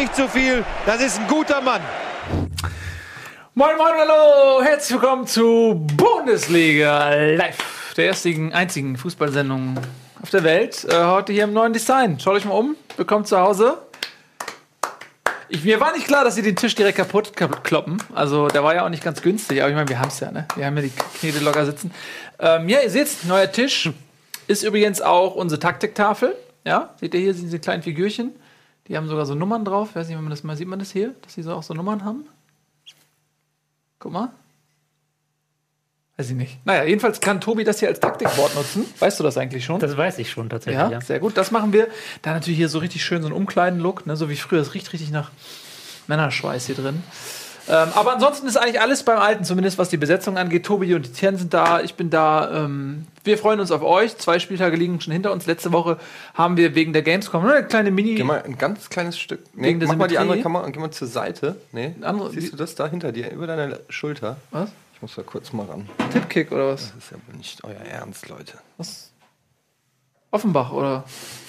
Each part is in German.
nicht zu viel. Das ist ein guter Mann. Moin, moin, hallo. Herzlich willkommen zu Bundesliga Live, der einzigen Fußballsendung auf der Welt. Heute hier im neuen Design. Schaut euch mal um. Willkommen zu Hause. Mir war nicht klar, dass sie den Tisch direkt kaputt kloppen. Also, der war ja auch nicht ganz günstig. Aber ich meine, wir haben es ja, ne? Wir haben ja die Knete locker sitzen. Ja, ihr seht, neuer Tisch. Ist übrigens auch unsere Taktiktafel. Ja, seht ihr hier diese kleinen Figürchen? Die haben sogar so Nummern drauf. Ich weiß nicht, wenn man das mal sieht, man das hier, dass die so auch so Nummern haben. Guck mal. Weiß ich nicht. Naja, jedenfalls kann Tobi das hier als Taktikboard nutzen. Weißt du das eigentlich schon? Das weiß ich schon tatsächlich, ja. Sehr gut. Das machen wir. Da natürlich hier so richtig schön so einen Umkleiden-Look, ne? So wie früher. Das riecht richtig nach Männerschweiß hier drin. Aber ansonsten ist eigentlich alles beim Alten, zumindest was die Besetzung angeht. Tobi und Etienne sind da, ich bin da. Wir freuen uns auf euch. 2 Spieltage liegen schon hinter uns. Letzte Woche haben wir wegen der Gamescom eine kleine Mini... Geh mal ein ganz kleines Stück. Nee, mach mal die andere Kamera und geh mal zur Seite. Nee, siehst du das da hinter dir, über deiner Schulter? Was? Ich muss da kurz mal ran. Tippkick oder was? Das ist ja wohl nicht euer Ernst, Leute. Was? Offenbach oder?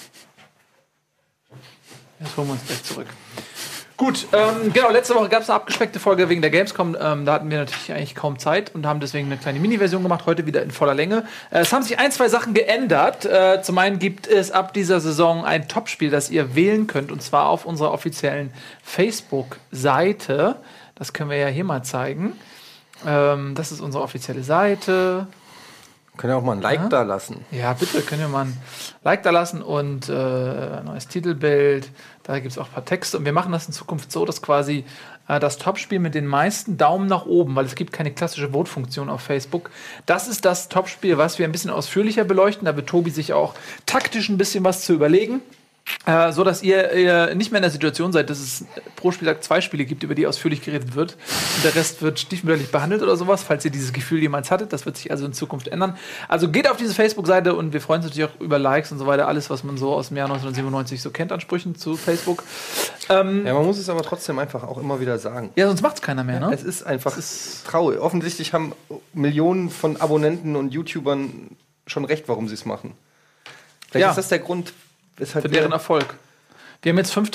Jetzt holen wir uns gleich zurück. Gut, genau, letzte Woche gab es eine abgespeckte Folge wegen der Gamescom. Da hatten wir natürlich eigentlich kaum Zeit und haben deswegen eine kleine Mini-Version gemacht, heute wieder in voller Länge. Es haben sich 1, 2 Sachen geändert. Zum einen gibt es ab dieser Saison ein Topspiel, das ihr wählen könnt, und zwar auf unserer offiziellen Facebook-Seite. Das können wir ja hier mal zeigen. Das ist unsere offizielle Seite. Können wir auch mal ein Like da lassen. Ja, bitte, können wir mal ein Like da lassen und neues Titelbild. Da gibt es auch ein paar Texte. Und wir machen das in Zukunft so, dass quasi das Topspiel mit den meisten Daumen nach oben, weil es gibt keine klassische Vote-Funktion auf Facebook. Das ist das Topspiel, was wir ein bisschen ausführlicher beleuchten. Da wird Tobi sich auch taktisch ein bisschen was zu überlegen. So dass ihr nicht mehr in der Situation seid, dass es pro Spieltag 2 Spiele gibt, über die ausführlich geredet wird. Und der Rest wird stiefmütterlich behandelt oder sowas, falls ihr dieses Gefühl jemals hattet. Das wird sich also in Zukunft ändern. Also geht auf diese Facebook-Seite und wir freuen uns natürlich auch über Likes und so weiter. Alles, was man so aus dem Jahr 1997 so kennt an Sprüchen zu Facebook. Ja, man muss es aber trotzdem einfach auch immer wieder sagen. Ja, sonst macht es keiner mehr, ne? Es ist einfach traurig. Offensichtlich haben Millionen von Abonnenten und YouTubern schon recht, warum sie es machen. Vielleicht ist das der Grund, für deren Erfolg. Wir haben jetzt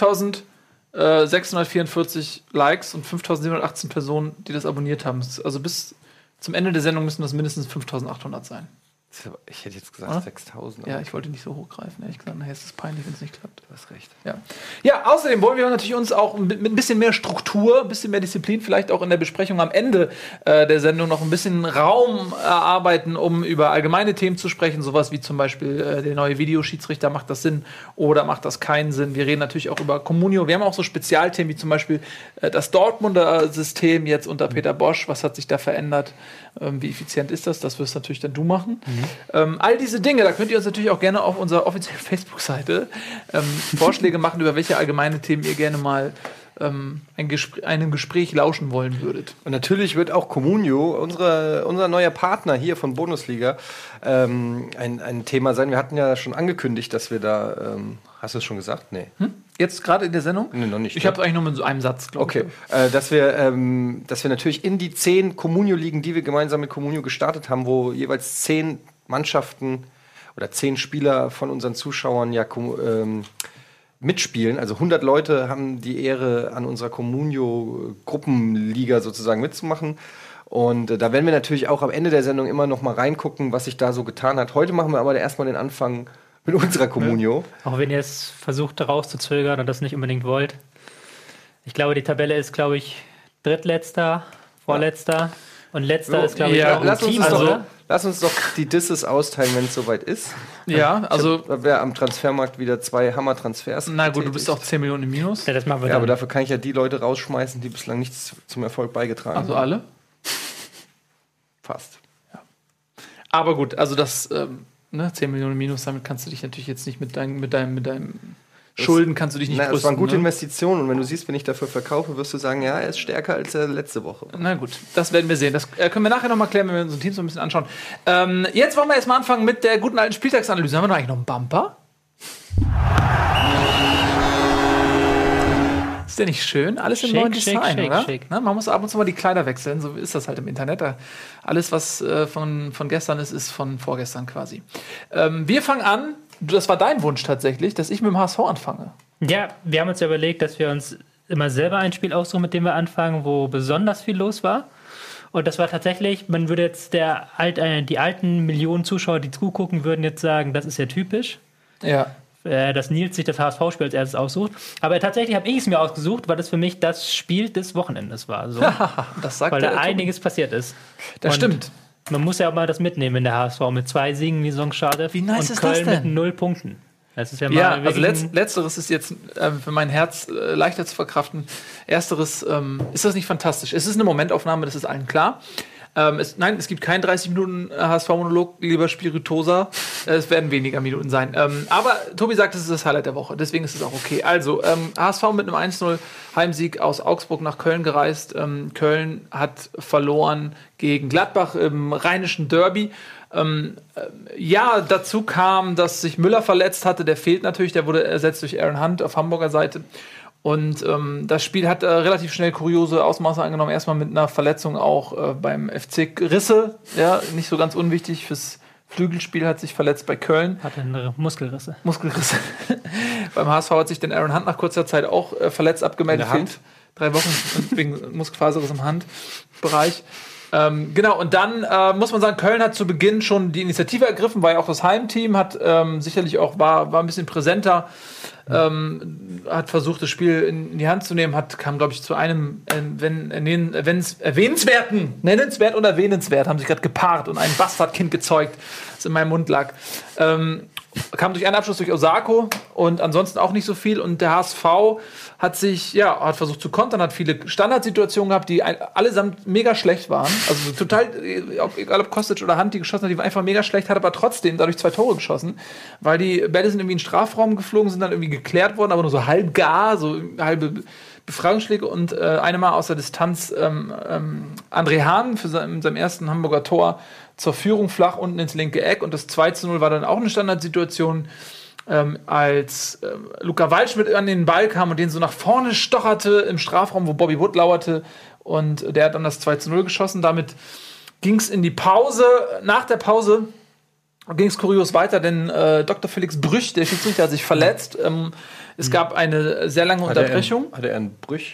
5.644 Likes und 5.718 Personen, die das abonniert haben. Also bis zum Ende der Sendung müssen das mindestens 5.800 sein. Ich hätte jetzt gesagt 6.000. Ja, ich wollte nicht so hochgreifen, ehrlich gesagt. Nachher ist es peinlich, wenn es nicht klappt. Du hast recht. Ja, außerdem wollen wir natürlich uns auch mit ein bisschen mehr Struktur, ein bisschen mehr Disziplin, vielleicht auch in der Besprechung am Ende der Sendung noch ein bisschen Raum erarbeiten, um über allgemeine Themen zu sprechen. Sowas wie zum Beispiel der neue Videoschiedsrichter, macht das Sinn oder macht das keinen Sinn? Wir reden natürlich auch über Comunio. Wir haben auch so Spezialthemen wie zum Beispiel das Dortmunder System jetzt unter Peter Bosch. Was hat sich da verändert? Wie effizient ist das? Das wirst natürlich dann du machen. All diese Dinge, da könnt ihr uns natürlich auch gerne auf unserer offiziellen Facebook-Seite Vorschläge machen, über welche allgemeine Themen ihr gerne mal einem Gespräch lauschen wollen würdet. Und natürlich wird auch Comunio, unser neuer Partner hier von Bundesliga, ein Thema sein. Wir hatten ja schon angekündigt, dass wir da, hast du es schon gesagt? Nee. Jetzt gerade in der Sendung? Nee, noch nicht. Ich habe es eigentlich nur mit so einem Satz, glaube ich. Okay, dass wir natürlich in die 10 Comunio-Ligen, die wir gemeinsam mit Comunio gestartet haben, wo jeweils 10 Mannschaften oder 10 Spieler von unseren Zuschauern mitspielen. Also 100 Leute haben die Ehre, an unserer Comunio-Gruppenliga sozusagen mitzumachen. Und da werden wir natürlich auch am Ende der Sendung immer noch mal reingucken, was sich da so getan hat. Heute machen wir aber erstmal den Anfang mit unserer Comunio. Auch wenn ihr es versucht rauszuzögern und das nicht unbedingt wollt. Ich glaube, die Tabelle ist, drittletzter, vorletzter und letzter ist, glaube ich, auch ein Team. Lass uns doch die Disses austeilen, wenn es soweit ist. Ja, also wer am Transfermarkt wieder 2 Hammer-Transfers. Na gut, du bist auch 10 Millionen im Minus. Ja, das machen wir dann. Aber dafür kann ich ja die Leute rausschmeißen, die bislang nichts zum Erfolg beigetragen haben. Also alle? Fast. Ja. Aber gut, also das 10 Millionen im Minus, damit kannst du dich natürlich jetzt nicht mit deinem Schulden kannst du dich nicht brüsten. Das waren gute Investitionen und wenn du siehst, wenn ich dafür verkaufe, wirst du sagen, ja, er ist stärker als er letzte Woche. Na gut, das werden wir sehen. Das können wir nachher noch mal klären, wenn wir unser Team so ein bisschen anschauen. Jetzt wollen wir erstmal anfangen mit der guten alten Spieltagsanalyse. Haben wir noch eigentlich noch einen Bumper? Ist der nicht schön? Alles im neuen Design, oder? Schick. Na, man muss ab und zu mal die Kleider wechseln, so ist das halt im Internet. Alles, was von gestern ist von vorgestern quasi. Wir fangen an. Das war dein Wunsch tatsächlich, dass ich mit dem HSV anfange. Ja, wir haben uns ja überlegt, dass wir uns immer selber ein Spiel aussuchen, mit dem wir anfangen, wo besonders viel los war. Und das war tatsächlich, man würde jetzt die alten Millionen Zuschauer, die zugucken, würden jetzt sagen, das ist ja typisch. Ja. Dass Nils sich das HSV-Spiel als erstes aussucht. Aber tatsächlich habe ich es mir ausgesucht, weil das für mich das Spiel des Wochenendes war. So. Das sagt weil da der einiges passiert ist. Das Und stimmt. Man muss ja auch mal das mitnehmen in der HSV mit 2 Siegen, wie Saisonstart. Wie nice und ist Köln das denn? mit 0 Punkten. Das ist ja, Ja, mal also wirklich letzteres ist jetzt für mein Herz leichter zu verkraften. Ersteres, ist das nicht fantastisch? Es ist eine Momentaufnahme, das ist allen klar. Es gibt keinen 30 Minuten HSV-Monolog, lieber Spiritosa. Es werden weniger Minuten sein. Aber Tobi sagt, es ist das Highlight der Woche, deswegen ist es auch okay. Also, HSV mit einem 1-0 Heimsieg aus Augsburg nach Köln gereist. Köln hat verloren gegen Gladbach im rheinischen Derby. Dazu kam, dass sich Müller verletzt hatte. Der fehlt natürlich, der wurde ersetzt durch Aaron Hunt auf Hamburger Seite. Und das Spiel hat relativ schnell kuriose Ausmaße angenommen. Erstmal mit einer Verletzung auch beim FC Risse. Ja, nicht so ganz unwichtig fürs Flügelspiel, hat sich verletzt bei Köln. Hatte eine Muskelrisse. Beim HSV hat sich dann Aaron Hunt nach kurzer Zeit auch verletzt abgemeldet. Hand? 3 Wochen wegen Muskelfaserriss im Handbereich. Genau, und dann muss man sagen, Köln hat zu Beginn schon die Initiative ergriffen, war ja auch das Heimteam, hat sicherlich auch war ein bisschen präsenter, hat versucht, das Spiel in die Hand zu nehmen, kam, glaube ich, zu einem nennenswert und erwähnenswert, haben sich gerade gepaart und ein Bastardkind gezeugt, das in meinem Mund lag. Kam durch einen Abschluss durch Osako und ansonsten auch nicht so viel. Und der HSV hat versucht zu kontern, hat viele Standardsituationen gehabt, die allesamt mega schlecht waren. Also total, egal ob Kostic oder Hunt, die geschossen hat, die waren einfach mega schlecht, hat aber trotzdem dadurch 2 Tore geschossen, weil die Bälle sind irgendwie in den Strafraum geflogen, sind dann irgendwie geklärt worden, aber nur so halb gar, so halbe Befreiungsschläge und eine Mal aus der Distanz André Hahn für seinem ersten Hamburger Tor zur Führung flach unten ins linke Eck und das 2:0 war dann auch eine Standardsituation, als Luca Waldschmidt an den Ball kam und den so nach vorne stocherte im Strafraum, wo Bobby Wood lauerte und der hat dann das 2:0 geschossen. Damit ging es in die Pause. Nach der Pause ging es kurios weiter, denn Dr. Felix Brüch, der Schiedsrichter, hat sich verletzt. Es gab eine sehr lange Unterbrechung. Hat er einen Brüch?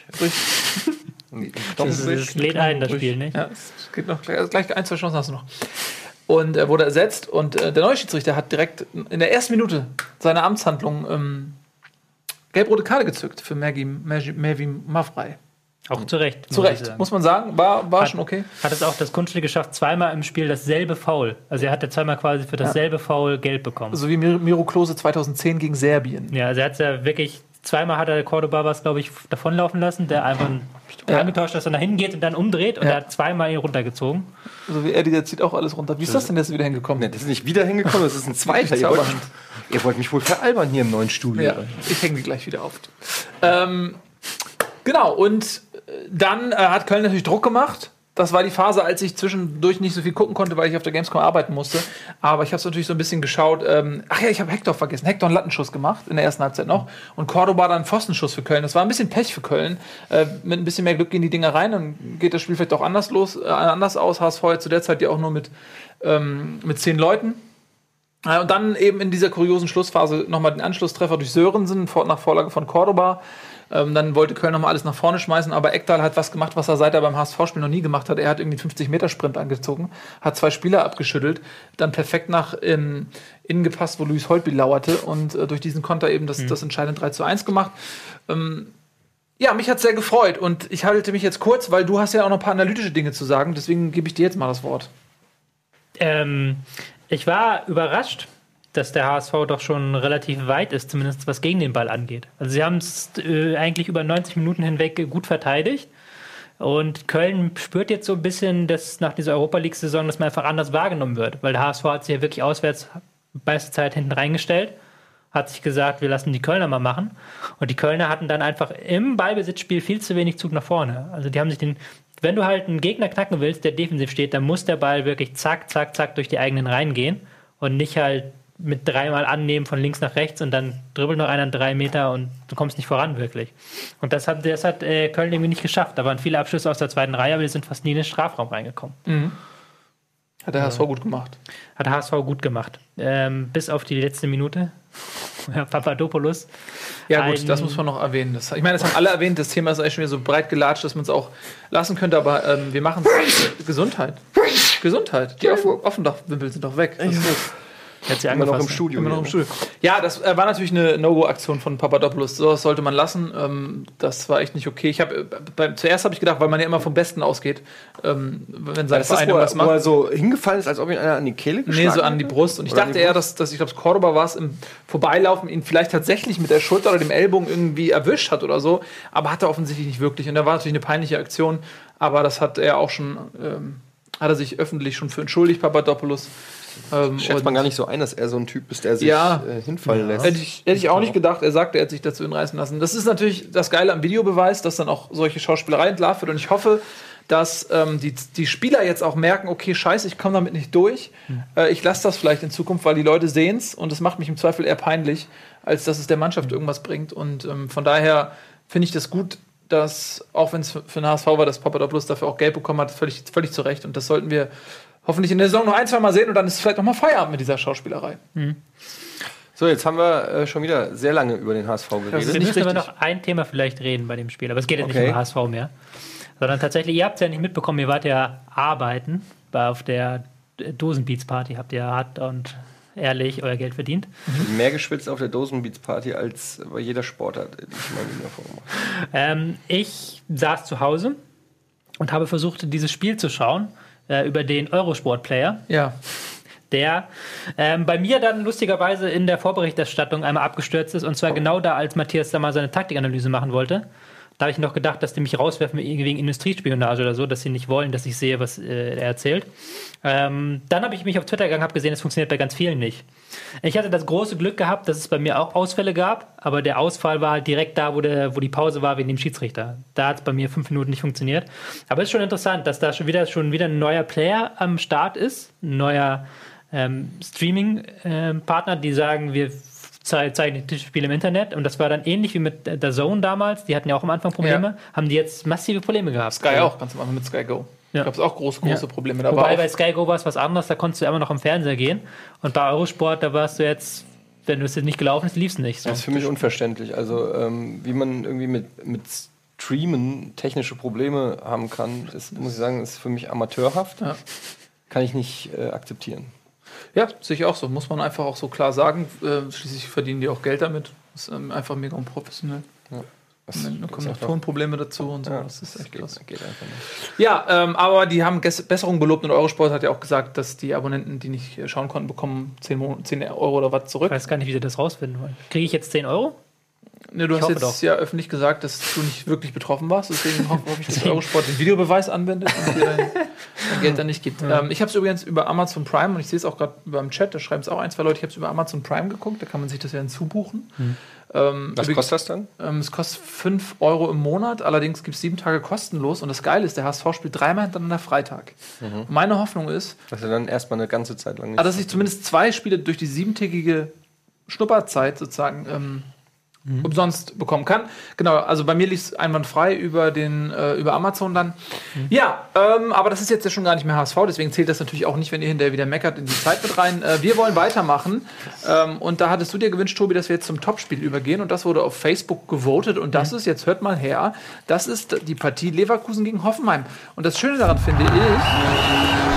Das lädt ein, das Spiel, nicht? Ja, es geht noch gleich 1, 2 Chancen hast du noch. Und er wurde ersetzt und der neue Schiedsrichter hat direkt in der ersten Minute seiner Amtshandlung gelb-rote Karte gezückt für Mervin Mavrei. Auch zu Recht. Zu Recht, muss man sagen. War schon okay. Hat es auch das Kunststück geschafft, zweimal im Spiel dasselbe Foul. Also er hat ja zweimal quasi für dasselbe Foul gelb bekommen. So wie Miro Klose 2010 gegen Serbien. Ja, also er hat es ja wirklich, zweimal hat er Cordoba was, glaube ich, davonlaufen lassen, der einfach angetauscht, dass er nach hinten geht und dann umdreht und er hat zweimal ihn runtergezogen. So wie Eddie, der zieht auch alles runter. Wie ist das denn jetzt wieder hingekommen? Nee, das ist nicht wieder hingekommen, das ist ein zweiter. Ihr wollt mich wohl veralbern hier im neuen Studio. Ja, ich hänge die gleich wieder auf. Genau, und dann hat Köln natürlich Druck gemacht. Das war die Phase, als ich zwischendurch nicht so viel gucken konnte, weil ich auf der Gamescom arbeiten musste. Aber ich habe es natürlich so ein bisschen geschaut. Ich habe Hector vergessen. Hector einen Lattenschuss gemacht in der ersten Halbzeit noch. Und Cordoba dann einen Pfostenschuss für Köln. Das war ein bisschen Pech für Köln. Mit ein bisschen mehr Glück gehen die Dinger rein. Dann geht das Spiel vielleicht auch anders aus. HSV jetzt zu der Zeit ja auch nur mit 10 Leuten. Und dann eben in dieser kuriosen Schlussphase nochmal den Anschlusstreffer durch Sörensen nach Vorlage von Cordoba. Dann wollte Köln nochmal alles nach vorne schmeißen, aber Ekdal hat was gemacht, was er seit er beim HSV-Spiel noch nie gemacht hat. Er hat irgendwie einen 50-Meter-Sprint angezogen, hat 2 Spieler abgeschüttelt, dann perfekt nach innen gepasst, wo Luis Holtby lauerte und durch diesen Konter eben das entscheidende 3:1 gemacht. Mich hat es sehr gefreut und ich halte mich jetzt kurz, weil du hast ja auch noch ein paar analytische Dinge zu sagen, deswegen gebe ich dir jetzt mal das Wort. Ich war überrascht, dass der HSV doch schon relativ weit ist, zumindest was gegen den Ball angeht. Also sie haben es eigentlich über 90 Minuten hinweg gut verteidigt. Und Köln spürt jetzt so ein bisschen, dass nach dieser Europa-League-Saison, dass man einfach anders wahrgenommen wird. Weil der HSV hat sich ja wirklich auswärts meiste Zeit hinten reingestellt, hat sich gesagt, wir lassen die Kölner mal machen. Und die Kölner hatten dann einfach im Ballbesitzspiel viel zu wenig Zug nach vorne. Also die haben sich wenn du halt einen Gegner knacken willst, der defensiv steht, dann muss der Ball wirklich zack, zack, zack durch die eigenen Reihen gehen und nicht halt mit 3-mal annehmen von links nach rechts und dann dribbelt noch einer 3 Meter und du kommst nicht voran wirklich. Und das hat Köln irgendwie nicht geschafft. Da waren viele Abschlüsse aus der zweiten Reihe, aber die sind fast nie in den Strafraum reingekommen. Mhm. Hat der HSV gut gemacht. Hat der HSV gut gemacht. Bis auf die letzte Minute. Papadopoulos. Ja gut, das muss man noch erwähnen. Ich meine, das haben alle erwähnt. Das Thema ist eigentlich schon wieder so breit gelatscht, dass man es auch lassen könnte. Aber wir machen es. Gesundheit. Gesundheit. Die Offendachwimpel sind doch weg. Hat sie Immer noch angefasst. im Studio. Immer noch im Studio. Ja, das war natürlich eine No-Go-Aktion von Papadopoulos. So, das sollte man lassen. Das war echt nicht okay. Zuerst habe ich gedacht, weil man ja immer vom Besten ausgeht, wenn sein Das ist Verein das, was wo er macht. so hingefallen ist, als ob ihn einer an die Kehle geschlagen Nee, so an die Brust. Und ich dachte eher, dass ich glaube, Cordoba war es im Vorbeilaufen, ihn vielleicht tatsächlich mit der Schulter oder dem Ellbogen irgendwie erwischt hat oder so. Aber hat er offensichtlich nicht wirklich. Und da war natürlich eine peinliche Aktion. Aber das hat er auch schon, hat er sich öffentlich schon für entschuldigt, Papadopoulos. Schätzt man gar nicht so ein, dass er so ein Typ ist, der sich hinfallen lässt. Hätte ich auch nicht gedacht. Er sagte, er hat sich dazu hinreißen lassen. Das ist natürlich das Geile am Videobeweis, dass dann auch solche Schauspielerei entlarvt wird. Und ich hoffe, dass die Spieler jetzt auch merken, okay, scheiße, ich komme damit nicht durch. Ich lasse das vielleicht in Zukunft, weil die Leute sehen es. Und es macht mich im Zweifel eher peinlich, als dass es der Mannschaft irgendwas bringt. Und von daher finde ich das gut, dass, auch wenn es für den HSV war, dass Papadopoulos dafür auch Geld bekommen hat, völlig zu Recht. Und das sollten wir hoffentlich in der Saison noch 1-2 Mal sehen und dann ist vielleicht noch mal Feierabend mit dieser Schauspielerei. So, jetzt haben wir schon wieder sehr lange über den HSV geredet. Wir müssen aber noch ein Thema vielleicht reden bei dem Spiel. Aber es geht jetzt nicht um HSV mehr. Sondern tatsächlich, ihr habt es ja nicht mitbekommen, ihr wart ja arbeiten auf der Dosenbeats-Party. Habt ihr hart und ehrlich euer Geld verdient. Mehr geschwitzt auf der Dosenbeats-Party als bei jeder Sportart, die ich mal wieder vorgemacht. Ich saß zu Hause und habe versucht, dieses Spiel zu schauen über den Eurosport-Player. Ja. Der bei mir dann lustigerweise in der Vorberichterstattung einmal abgestürzt ist. Und zwar genau da, als Matthias da mal seine Taktikanalyse machen wollte. Da habe ich noch gedacht, dass die mich rauswerfen wegen Industriespionage oder so, dass sie nicht wollen, dass ich sehe, was er erzählt. Dann habe ich mich auf Twitter gegangen, habe gesehen, es funktioniert bei ganz vielen nicht. Ich hatte das große Glück gehabt, dass es bei mir auch Ausfälle gab, aber der Ausfall war halt direkt da, wo die Pause war wegen dem Schiedsrichter. Da hat es bei mir 5 Minuten nicht funktioniert. Aber es ist schon interessant, dass da schon wieder ein neuer Player am Start ist, ein neuer Streaming-Partner, die sagen, wir zeigen die Spiele im Internet. Und das war dann ähnlich wie mit der Zone damals. Die hatten ja auch am Anfang Probleme. Haben die jetzt massive Probleme gehabt. Sky auch, ganz am Anfang mit Sky Go. Ja. Ich glaube, es auch große Probleme da. Wobei bei Sky Go war es was anderes. Da konntest du immer noch im Fernseher gehen. Und bei Eurosport, da warst du jetzt, wenn du es jetzt nicht gelaufen ist, lief es nicht. So. Das ist für mich unverständlich. Also, wie man irgendwie mit Streamen technische Probleme haben kann, ist, muss ich sagen, ist für mich amateurhaft. Ja. Kann ich nicht akzeptieren. Ja, sehe ich auch so. Muss man einfach auch so klar sagen. Schließlich verdienen die auch Geld damit. Das ist einfach mega unprofessionell. Ja. Dann kommen noch Tonprobleme dazu und so. Ja, das ist echt krass. Geht einfach nicht. Ja, aber die haben Besserung gelobt und Eurosport hat ja auch gesagt, dass die Abonnenten, die nicht schauen konnten, bekommen 10 Euro oder was zurück. Ich weiß gar nicht, wie sie das rausfinden wollen. Kriege ich jetzt 10 Euro? Ne, du hast jetzt ja öffentlich gesagt, dass du nicht wirklich betroffen warst. Deswegen hoffe ich, dass Eurosport den Videobeweis anwendet und dir dein Geld dann nicht gibt. Ja. Ich habe es übrigens über Amazon Prime und ich sehe es auch gerade beim Chat, da schreiben es auch 1, 2 Leute, ich habe es über Amazon Prime geguckt, da kann man sich das ja hinzubuchen. Was kostet das dann? Es kostet 5 Euro im Monat, allerdings gibt es 7 Tage kostenlos und das Geile ist, der HSV spielt 3-mal hintereinander Freitag. Meine Hoffnung ist, dass er dann erstmal eine ganze Zeit lang nicht dass ich zumindest 2 Spiele durch die 7-tägige Schnupperzeit sozusagen umsonst bekommen kann. Genau, also bei mir lief es einwandfrei über Amazon dann. Ja, aber das ist jetzt ja schon gar nicht mehr HSV, deswegen zählt das natürlich auch nicht, wenn ihr hinterher wieder meckert, in die Zeit mit rein. Wir wollen weitermachen und da hattest du dir gewünscht, Tobi, dass wir jetzt zum Topspiel übergehen und das wurde auf Facebook gewotet und das ist, jetzt hört mal her, das ist die Partie Leverkusen gegen Hoffenheim. Und das Schöne daran finde ich...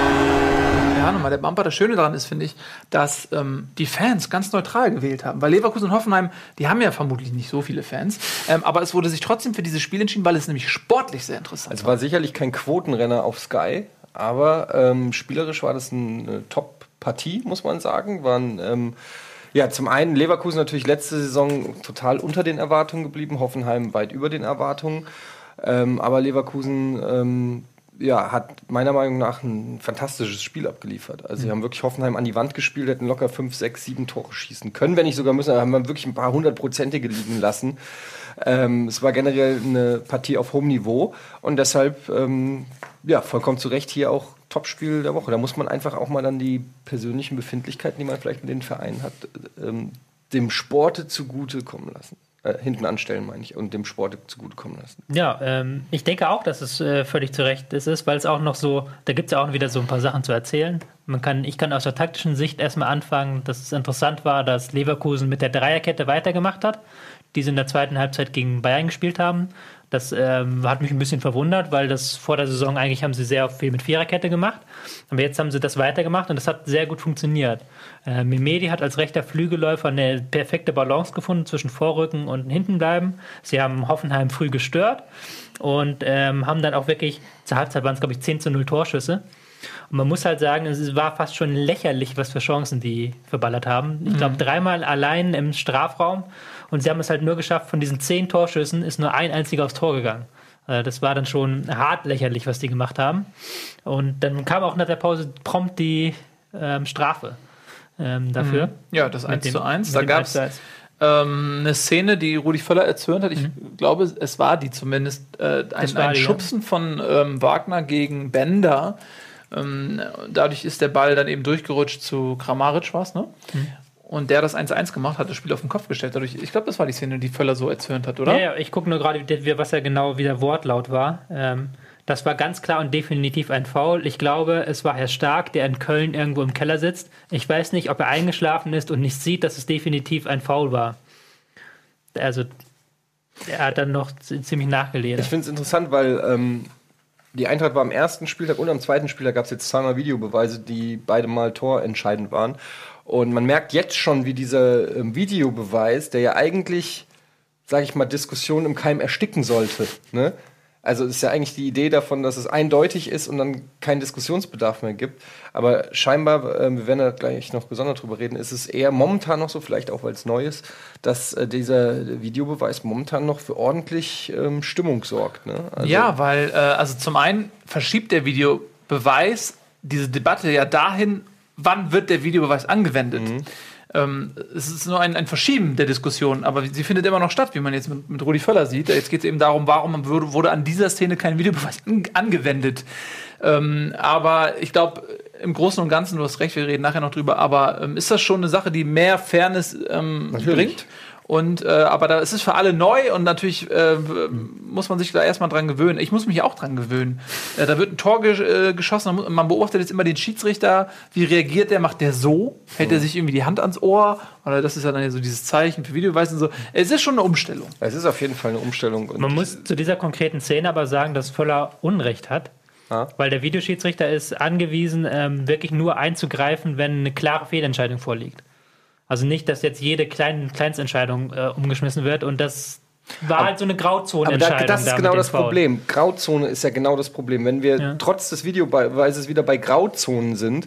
Ja, nochmal der Bumper. Das Schöne daran ist, finde ich, dass die Fans ganz neutral gewählt haben. Weil Leverkusen und Hoffenheim, die haben ja vermutlich nicht so viele Fans. Aber es wurde sich trotzdem für dieses Spiel entschieden, weil es nämlich sportlich sehr interessant war. Es war sicherlich kein Quotenrenner auf Sky, aber spielerisch war das eine Top-Partie, muss man sagen. Waren zum einen Leverkusen natürlich letzte Saison total unter den Erwartungen geblieben, Hoffenheim weit über den Erwartungen. Aber Leverkusen... hat meiner Meinung nach ein fantastisches Spiel abgeliefert. Also sie haben wirklich Hoffenheim an die Wand gespielt, hätten locker 5, 6, 7 Tore schießen können, wenn nicht sogar müssen, aber haben wir wirklich ein paar 100%ige liegen lassen. Es war generell eine Partie auf hohem Niveau und deshalb vollkommen zu Recht hier auch Topspiel der Woche. Da muss man einfach auch mal dann die persönlichen Befindlichkeiten, die man vielleicht mit den Vereinen hat, dem Sporte zugute kommen lassen. hinten anstellen, meine ich, und dem Sport zugutekommen lassen. Ja, ich denke auch, dass es völlig zu Recht ist, weil es auch noch so, da gibt es ja auch wieder so ein paar Sachen zu erzählen. Ich kann aus der taktischen Sicht erstmal anfangen, dass es interessant war, dass Leverkusen mit der Dreierkette weitergemacht hat, die sie in der zweiten Halbzeit gegen Bayern gespielt haben. Das hat mich ein bisschen verwundert, weil das vor der Saison eigentlich haben sie sehr viel mit Viererkette gemacht. Aber jetzt haben sie das weitergemacht und das hat sehr gut funktioniert. Mehmedi hat als rechter Flügelläufer eine perfekte Balance gefunden zwischen Vorrücken und Hintenbleiben. Sie haben Hoffenheim früh gestört und haben dann auch wirklich, zur Halbzeit waren es, glaube ich, 10:0 Torschüsse. Und man muss halt sagen, es war fast schon lächerlich, was für Chancen die verballert haben. Ich glaube, 3-mal allein im Strafraum. Und sie haben es halt nur geschafft, von diesen 10 Torschüssen ist nur ein einziger aufs Tor gegangen. Das war dann schon hart lächerlich, was die gemacht haben. Und dann kam auch nach der Pause prompt die Strafe dafür. Ja, das 1:1. Da gab es eine Szene, die Rudi Völler erzürnt hat. Ich glaube, es war die zumindest. Ein Schubsen von Wagner gegen Bender. Dadurch ist der Ball dann eben durchgerutscht zu Kramaric, war es, ne? Und der das 1:1 gemacht hat, das Spiel auf den Kopf gestellt. Dadurch, ich glaube, das war die Szene, die Völler so erzürnt hat, oder? Ja, ich gucke nur gerade, was ja genau wie der Wortlaut war. Das war ganz klar und definitiv ein Foul. Ich glaube, es war Herr Stark, der in Köln irgendwo im Keller sitzt. Ich weiß nicht, ob er eingeschlafen ist und nicht sieht, dass es definitiv ein Foul war. Also, er hat dann noch ziemlich nachgelesen. Ich finde es interessant, weil die Eintracht war am ersten Spieltag und am zweiten Spieltag gab es jetzt zweimal Videobeweise, die beide mal torentscheidend waren. Und man merkt jetzt schon, wie dieser Videobeweis, der ja eigentlich, sage ich mal, Diskussionen im Keim ersticken sollte. Ne? Also ist ja eigentlich die Idee davon, dass es eindeutig ist und dann keinen Diskussionsbedarf mehr gibt. Aber scheinbar, wir werden da gleich noch gesondert drüber reden, ist es eher momentan noch so, vielleicht auch weil es neu ist, dass dieser Videobeweis momentan noch für ordentlich Stimmung sorgt. Ne? Also ja, weil also zum einen verschiebt der Videobeweis diese Debatte ja dahin, wann wird der Videobeweis angewendet. Es ist nur ein Verschieben der Diskussion, aber sie findet immer noch statt, wie man jetzt mit Rudi Völler sieht. Jetzt geht es eben darum, warum wurde an dieser Szene kein Videobeweis angewendet. Aber ich glaube, im Großen und Ganzen, du hast recht, wir reden nachher noch drüber, aber ist das schon eine Sache, die mehr Fairness bringt? Und aber es ist für alle neu und natürlich muss man sich da erstmal dran gewöhnen. Ich muss mich auch dran gewöhnen. Da wird ein Tor geschossen und man beobachtet jetzt immer den Schiedsrichter. Wie reagiert der? Macht der so? Hält er sich irgendwie die Hand ans Ohr? Oder das ist ja dann so dieses Zeichen für Videobeweis und so. Es ist schon eine Umstellung. Es ist auf jeden Fall eine Umstellung. Und man muss zu dieser konkreten Szene aber sagen, dass Völler Unrecht hat. Weil der Videoschiedsrichter ist angewiesen, wirklich nur einzugreifen, wenn eine klare Fehlentscheidung vorliegt. Also nicht, dass jetzt jede Kleinstentscheidung umgeschmissen wird und das war halt so eine Grauzone-Entscheidung. Aber das ist genau das Problem. Grauzone ist ja genau das Problem. Wenn wir trotz des Videobeweises wieder bei Grauzonen sind,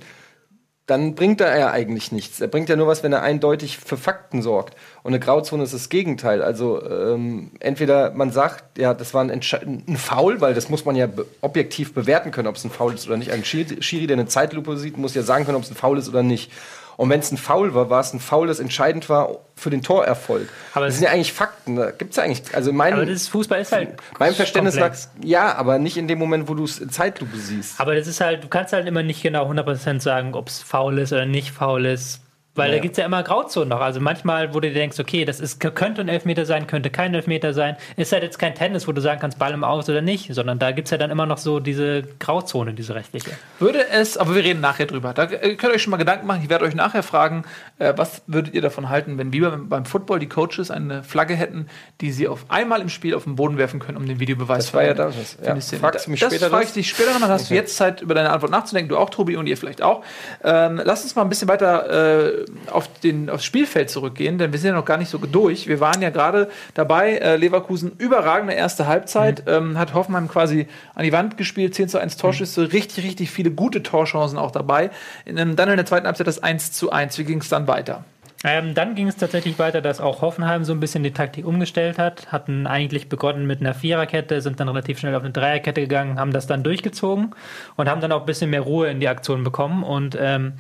dann bringt er ja eigentlich nichts. Er bringt ja nur was, wenn er eindeutig für Fakten sorgt. Und eine Grauzone ist das Gegenteil. Also entweder man sagt, ja, das war ein Foul, weil das muss man ja objektiv bewerten können, ob es ein Foul ist oder nicht. Ein Schiri, der eine Zeitlupe sieht, muss ja sagen können, ob es ein Foul ist oder nicht. Und wenn es ein Foul war, war es ein Foul, das entscheidend war für den Torerfolg. Aber das sind ja eigentlich Fakten. Da gibt's ja eigentlich. Also aber das Fußball ist halt. Mein Verständnis lag, ja, aber nicht in dem Moment, wo du es in Zeitlupe siehst. Aber das ist halt, du kannst halt immer nicht genau 100% sagen, ob es faul ist oder nicht faul ist. Weil da gibt es ja immer Grauzonen noch. Also manchmal, wo du denkst, okay, könnte ein Elfmeter sein, könnte kein Elfmeter sein. Ist halt jetzt kein Tennis, wo du sagen kannst, Ball im Aus oder nicht. Sondern da gibt es ja dann immer noch so diese Grauzone, diese rechtliche. Würde es, aber wir reden nachher drüber. Da könnt ihr euch schon mal Gedanken machen. Ich werde euch nachher fragen, was würdet ihr davon halten, wenn wir beim Football die Coaches eine Flagge hätten, die sie auf einmal im Spiel auf den Boden werfen können, um den Videobeweis zu verhindern. Das war ja das. Fragst du mich später? Das frage ich dich später nochmal. Hast du jetzt Zeit, über deine Antwort nachzudenken. Du auch, Tobi, und ihr vielleicht auch. Lass uns mal ein bisschen weiter aufs Spielfeld zurückgehen, denn wir sind ja noch gar nicht so durch. Wir waren ja gerade dabei, Leverkusen überragende erste Halbzeit, hat Hoffenheim quasi an die Wand gespielt, 10:1 Torschüsse, richtig, richtig viele gute Torchancen auch dabei. Dann in der zweiten Halbzeit das 1:1. Wie ging es dann weiter? Dann ging es tatsächlich weiter, dass auch Hoffenheim so ein bisschen die Taktik umgestellt hat, hatten eigentlich begonnen mit einer Viererkette, sind dann relativ schnell auf eine Dreierkette gegangen, haben das dann durchgezogen und haben dann auch ein bisschen mehr Ruhe in die Aktion bekommen und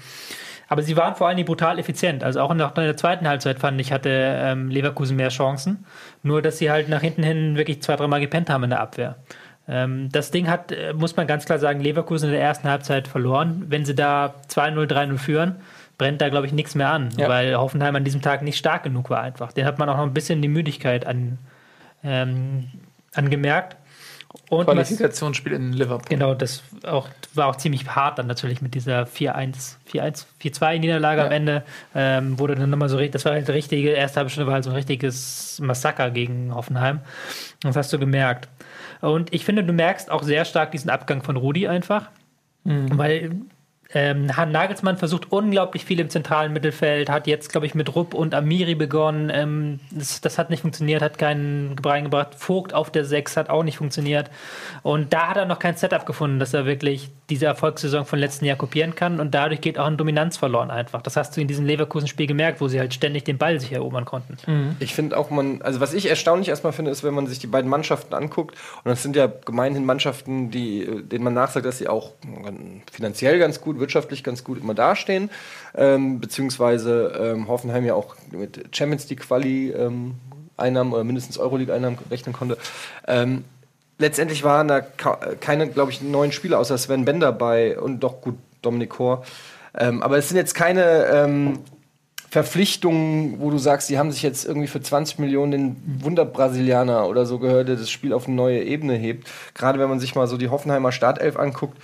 aber sie waren vor allem brutal effizient. Also auch in der zweiten Halbzeit, fand ich, hatte Leverkusen mehr Chancen. Nur, dass sie halt nach hinten hin wirklich 2-3 Mal gepennt haben in der Abwehr. Das Ding muss man ganz klar sagen, Leverkusen in der ersten Halbzeit verloren. Wenn sie da 2-0, 3-0 führen, brennt da, glaube ich, nichts mehr an, weil Hoffenheim an diesem Tag nicht stark genug war einfach. Den hat man auch noch ein bisschen die Müdigkeit angemerkt. Und Qualifikationsspiel in Liverpool. Genau, das war auch ziemlich hart dann natürlich mit dieser 4-2 Niederlage am Ende. Wurde dann nochmal so, das war halt richtige, erste halbe Stunde war halt so ein richtiges Massaker gegen Hoffenheim. Das hast du gemerkt. Und ich finde, du merkst auch sehr stark diesen Abgang von Rudi einfach, weil Nagelsmann versucht unglaublich viel im zentralen Mittelfeld, hat jetzt, glaube ich, mit Rupp und Amiri begonnen. Das hat nicht funktioniert, hat keinen reingebracht. Vogt auf der 6 hat auch nicht funktioniert. Und da hat er noch kein Setup gefunden, dass er wirklich diese Erfolgssaison von letzten Jahr kopieren kann. Und dadurch geht auch eine Dominanz verloren einfach. Das hast du in diesem Leverkusen-Spiel gemerkt, wo sie halt ständig den Ball sich erobern konnten. Ich finde auch, also was ich erstaunlich erstmal finde, ist, wenn man sich die beiden Mannschaften anguckt, und das sind ja gemeinhin Mannschaften, denen man nachsagt, dass sie auch finanziell ganz gut, wirtschaftlich ganz gut immer dastehen, beziehungsweise Hoffenheim ja auch mit Champions League Quali Einnahmen oder mindestens Euroleague Einnahmen rechnen konnte. Letztendlich waren da keine, glaube ich, neuen Spieler außer Sven Bender dabei und doch gut Dominik Kor. Aber es sind jetzt keine Verpflichtungen, wo du sagst, die haben sich jetzt irgendwie für 20 Millionen den Wunderbrasilianer oder so gehört, der das Spiel auf eine neue Ebene hebt. Gerade wenn man sich mal so die Hoffenheimer Startelf anguckt,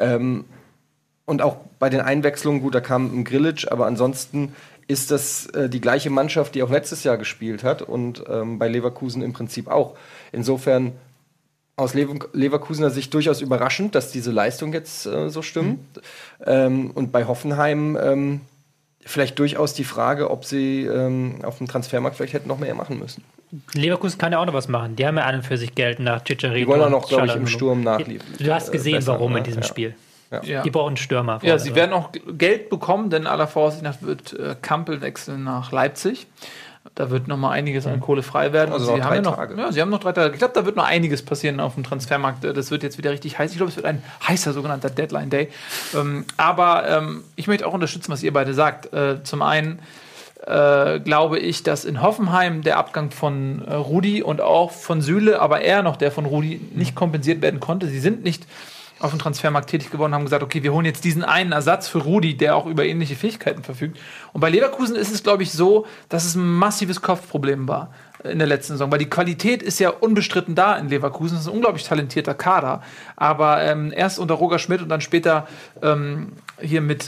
und auch bei den Einwechslungen, gut, da kam ein Grilic, aber ansonsten ist das die gleiche Mannschaft, die auch letztes Jahr gespielt hat und bei Leverkusen im Prinzip auch. Insofern aus Leverkusener Sicht durchaus überraschend, dass diese Leistung jetzt so stimmt. Und bei Hoffenheim vielleicht durchaus die Frage, ob sie auf dem Transfermarkt vielleicht hätten noch mehr machen müssen. Leverkusen kann ja auch noch was machen. Die haben ja an und für sich Geld nach Chicharito. Die wollen auch noch, glaube ich, im Sturm nachliefern. Du hast gesehen, warum in diesem Spiel. Ja. Die brauchen Stürmer. Ja, sie werden auch Geld bekommen, denn aller Voraussicht nach wird Kampel wechseln nach Leipzig. Da wird noch mal einiges an Kohle frei werden. Also sie haben noch 3 Tage. Ich glaube, da wird noch einiges passieren auf dem Transfermarkt. Das wird jetzt wieder richtig heiß. Ich glaube, es wird ein heißer sogenannter Deadline Day. Aber ich möchte auch unterstützen, was ihr beide sagt. Zum einen glaube ich, dass in Hoffenheim der Abgang von Rudi und auch von Süle, aber eher noch der von Rudi, nicht kompensiert werden konnte. Sie sind nicht auf dem Transfermarkt tätig geworden, haben gesagt, okay, wir holen jetzt diesen einen Ersatz für Rudi, der auch über ähnliche Fähigkeiten verfügt. Und bei Leverkusen ist es, glaube ich, so, dass es ein massives Kopfproblem war in der letzten Saison, weil die Qualität ist ja unbestritten da in Leverkusen. Das ist ein unglaublich talentierter Kader, aber erst unter Roger Schmidt und dann später hier mit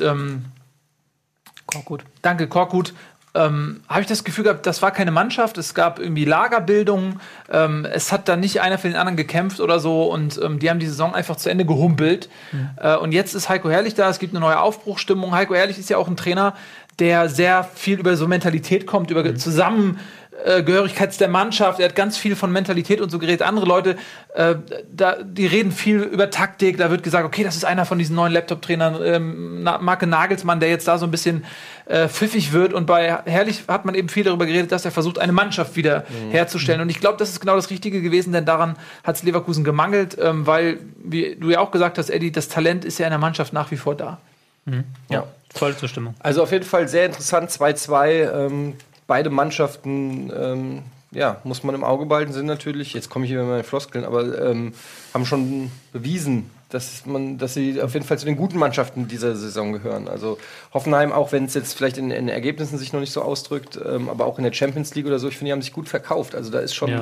Korkut. Danke, Korkut. Habe ich das Gefühl gehabt, das war keine Mannschaft, es gab irgendwie Lagerbildung, es hat da nicht einer für den anderen gekämpft oder so und die haben die Saison einfach zu Ende gehumpelt. Und jetzt ist Heiko Herrlich da, es gibt eine neue Aufbruchsstimmung. Heiko Herrlich ist ja auch ein Trainer, der sehr viel über so Mentalität kommt, über Zusammengehörigkeit der Mannschaft. Er hat ganz viel von Mentalität und so geredet. Andere Leute, die reden viel über Taktik. Da wird gesagt, okay, das ist einer von diesen neuen Laptop-Trainern, Marke Nagelsmann, der jetzt da so ein bisschen pfiffig wird. Und bei Herrlich hat man eben viel darüber geredet, dass er versucht, eine Mannschaft wieder herzustellen. Und ich glaube, das ist genau das Richtige gewesen, denn daran hat es Leverkusen gemangelt, weil, wie du ja auch gesagt hast, Eddie, das Talent ist ja in der Mannschaft nach wie vor da. Ja, volle Zustimmung. Also auf jeden Fall sehr interessant, 2-2. Beide Mannschaften, muss man im Auge behalten, sind natürlich, jetzt komme ich hier mit meinen Floskeln, aber haben schon bewiesen, dass sie auf jeden Fall zu den guten Mannschaften dieser Saison gehören. Also Hoffenheim, auch wenn es jetzt vielleicht in Ergebnissen sich noch nicht so ausdrückt, aber auch in der Champions League oder so, ich finde, die haben sich gut verkauft. Also da ist schon,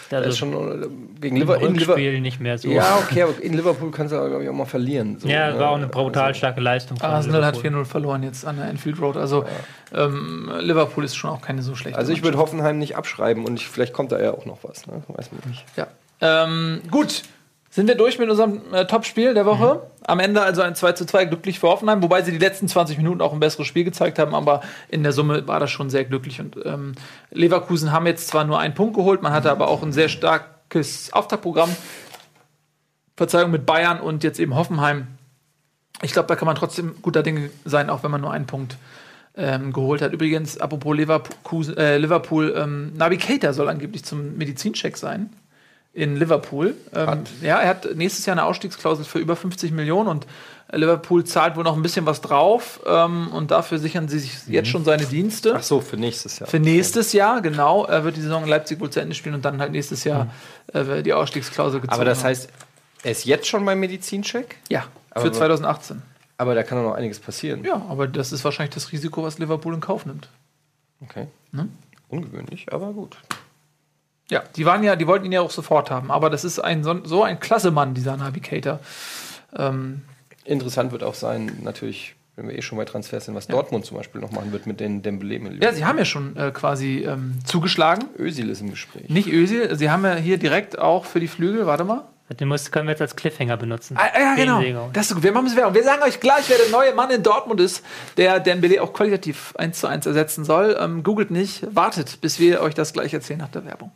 gegen Liverpool nicht mehr so. Ja, okay, aber in Liverpool kannst du, glaube ich, auch mal verlieren. So, ja, war auch eine brutal starke Leistung. Arsenal hat 4-0 verloren jetzt an der Anfield Road. Also Liverpool ist schon auch keine so schlechte Also ich würde Hoffenheim nicht abschreiben und vielleicht kommt da ja auch noch was. Ne? Weiß man nicht. Ja. Gut. Sind wir durch mit unserem Top-Spiel der Woche? Am Ende also ein 2:2 glücklich für Hoffenheim, wobei sie die letzten 20 Minuten auch ein besseres Spiel gezeigt haben, aber in der Summe war das schon sehr glücklich. Und Leverkusen haben jetzt zwar nur einen Punkt geholt, man hatte aber auch ein sehr starkes Auftaktprogramm. Verzeihung, mit Bayern und jetzt eben Hoffenheim. Ich glaube, da kann man trotzdem guter Dinge sein, auch wenn man nur einen Punkt geholt hat. Übrigens, apropos Liverpool, Naby Keita soll angeblich zum Medizincheck sein. In Liverpool. Er hat nächstes Jahr eine Ausstiegsklausel für über 50 Millionen und Liverpool zahlt wohl noch ein bisschen was drauf und dafür sichern sie sich jetzt schon seine Dienste. Ach so, für nächstes Jahr. Für nächstes Jahr, genau. Er wird die Saison in Leipzig wohl zu Ende spielen und dann halt nächstes Jahr die Ausstiegsklausel gezogen. Aber das heißt, er ist jetzt schon beim Medizincheck? Ja, für 2018. Aber da kann auch noch einiges passieren. Ja, aber das ist wahrscheinlich das Risiko, was Liverpool in Kauf nimmt. Okay. Ne? Ungewöhnlich, aber gut. Ja, die wollten ihn ja auch sofort haben, aber das ist so ein klasse Mann, dieser Naby Keita. Interessant wird auch sein, natürlich, wenn wir schon bei Transfers sind, was Dortmund zum Beispiel noch machen wird mit den Dembélé-Millionen. Ja, sie haben ja schon quasi zugeschlagen. Özil ist im Gespräch. Nicht Özil, sie haben ja hier direkt auch für die Flügel, warte mal. Den können wir jetzt als Cliffhanger benutzen. Ja, genau. Das ist gut. Wir machen es Werbung. Wir sagen euch gleich, wer der neue Mann in Dortmund ist, der Dembélé auch qualitativ 1:1 ersetzen soll. Googelt nicht, wartet, bis wir euch das gleich erzählen nach der Werbung.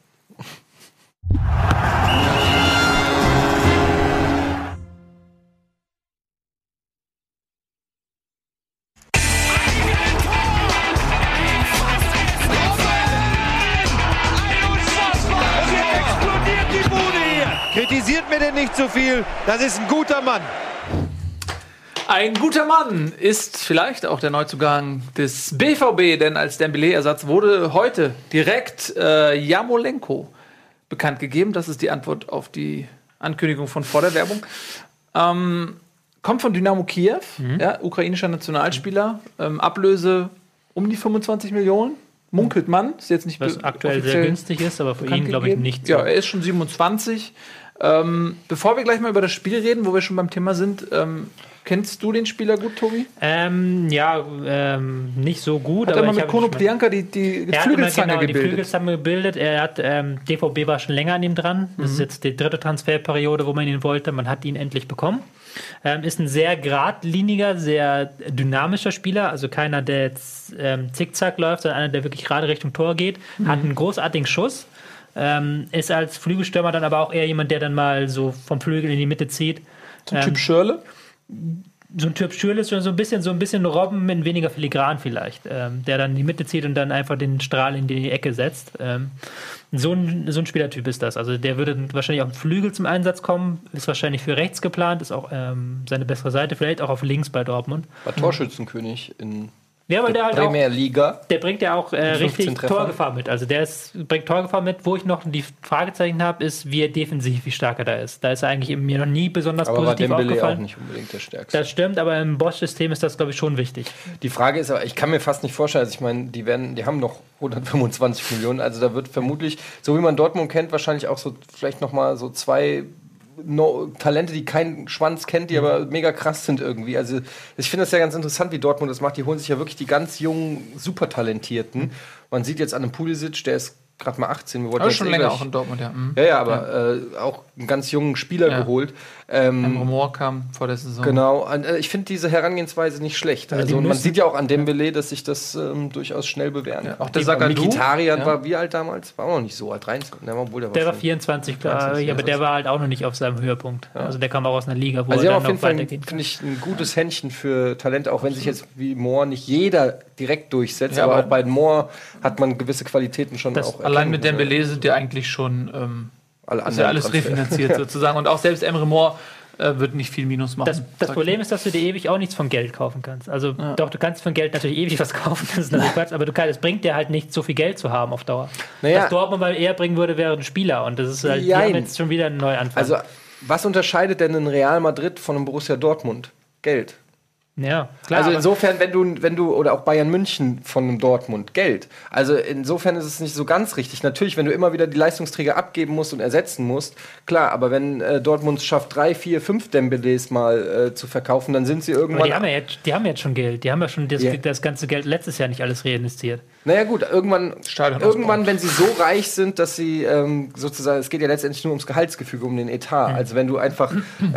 Kritisiert mir denn nicht so viel, das ist ein guter Mann. Ein guter Mann ist vielleicht auch der Neuzugang des BVB, denn als Dembélé-Ersatz wurde heute direkt Jarmolenko bekannt gegeben. Das ist die Antwort auf die Ankündigung von vor der Werbung. Kommt von Dynamo Kiew, ja, ukrainischer Nationalspieler. Ablöse um die 25 Millionen. Munkelt man. Ist jetzt nicht was aktuell sehr günstig ist, aber für ihn, glaube ich, nicht so. Ja, er ist schon 27. Bevor wir gleich mal über das Spiel reden, wo wir schon beim Thema sind, kennst du den Spieler gut, Tobi? Nicht so gut. Hat er mal mit Konoplyanka die Flügelzange gebildet? Die Flügelzange gebildet. Er hat, DVB war schon länger an ihm dran. Das ist jetzt die 3. Transferperiode, wo man ihn wollte. Man hat ihn endlich bekommen. Ist ein sehr geradliniger, sehr dynamischer Spieler. Also keiner, der jetzt zickzack läuft, sondern einer, der wirklich gerade Richtung Tor geht. Hat einen großartigen Schuss. Ist als Flügelstürmer dann aber auch eher jemand, der dann mal so vom Flügel in die Mitte zieht. So ein Typ Schürrle? So ein Typ Schürrle ist so ein bisschen Robben in weniger filigran vielleicht, der dann in die Mitte zieht und dann einfach den Strahl in die Ecke setzt. So ein Spielertyp ist das. Also der würde wahrscheinlich auf dem Flügel zum Einsatz kommen, ist wahrscheinlich für rechts geplant, ist auch seine bessere Seite, vielleicht auch auf links bei Dortmund. War Torschützenkönig in Ja, weil der halt Premier Liga. Der bringt ja auch richtig Treffer. Torgefahr mit. Also bringt Torgefahr mit. Wo ich noch die Fragezeichen habe, ist, wie stark er da ist. Da ist er eigentlich mir noch nie besonders positiv aufgefallen. Aber Dembélé auch aufgefallen. nicht unbedingt der Stärkste. Das stimmt, aber im Bosch-System ist das, glaube ich, schon wichtig. Die Frage ist aber, ich kann mir fast nicht vorstellen, also ich meine, die haben noch 125 Millionen, also da wird vermutlich, so wie man Dortmund kennt, wahrscheinlich auch so vielleicht nochmal so 2 Talente, die keinen Schwanz kennt, die aber mega krass sind irgendwie. Also ich finde das ja ganz interessant, wie Dortmund das macht. Die holen sich ja wirklich die ganz jungen, super Talentierten. Man sieht jetzt an dem Pulisic, der ist gerade mal 18. Wir wollten aber schon länger auch in Dortmund, ja. Ja, aber auch einen ganz jungen Spieler geholt. Emre Mor kam vor der Saison. Genau. Ich finde diese Herangehensweise nicht schlecht. Also man sieht ja auch an Dembélé, dass sich das durchaus schnell bewähren kann. Auch der Zagadou. Mkhitaryan war wie alt damals? War auch noch nicht so alt. 23. Der war 24, klar. Aber der war halt auch noch nicht auf seinem Höhepunkt. Ja. Also der kam auch aus einer Liga, wo also er dann noch auf jeden Fall, finde ich, ein gutes Händchen für Talente, auch wenn sich jetzt wie Moore nicht jeder direkt durchsetzt. Ja, aber auch bei Moore hat man gewisse Qualitäten schon auch. Allein mit Dembélé sind ja eigentlich schon ist ja alles Transfer. refinanziert sozusagen. Und auch selbst Emre Mor wird nicht viel Minus machen. Das Problem ist, dass du dir ewig auch nichts von Geld kaufen kannst. Also doch, du kannst von Geld natürlich ewig was kaufen, das ist natürlich Quatsch, aber es bringt dir halt nicht so viel Geld zu haben auf Dauer. Naja. Was Dortmund mal eher bringen würde, wäre ein Spieler und das ist halt, die haben jetzt schon wieder einen Neuanfang. Also, was unterscheidet denn ein Real Madrid von einem Borussia Dortmund? Geld. Ja, klar. Also insofern, wenn du oder auch Bayern München von einem Dortmund, Geld. Also insofern ist es nicht so ganz richtig. Natürlich, wenn du immer wieder die Leistungsträger abgeben musst und ersetzen musst, klar, aber wenn Dortmund es schafft, 3, 4, 5 Dembélés mal zu verkaufen, dann sind sie irgendwann... Aber die haben jetzt schon Geld. Die haben ja schon das ganze Geld letztes Jahr nicht alles reinvestiert. Naja gut, irgendwann, wenn sie so reich sind, dass sie sozusagen, es geht ja letztendlich nur ums Gehaltsgefüge, um den Etat. Also wenn du einfach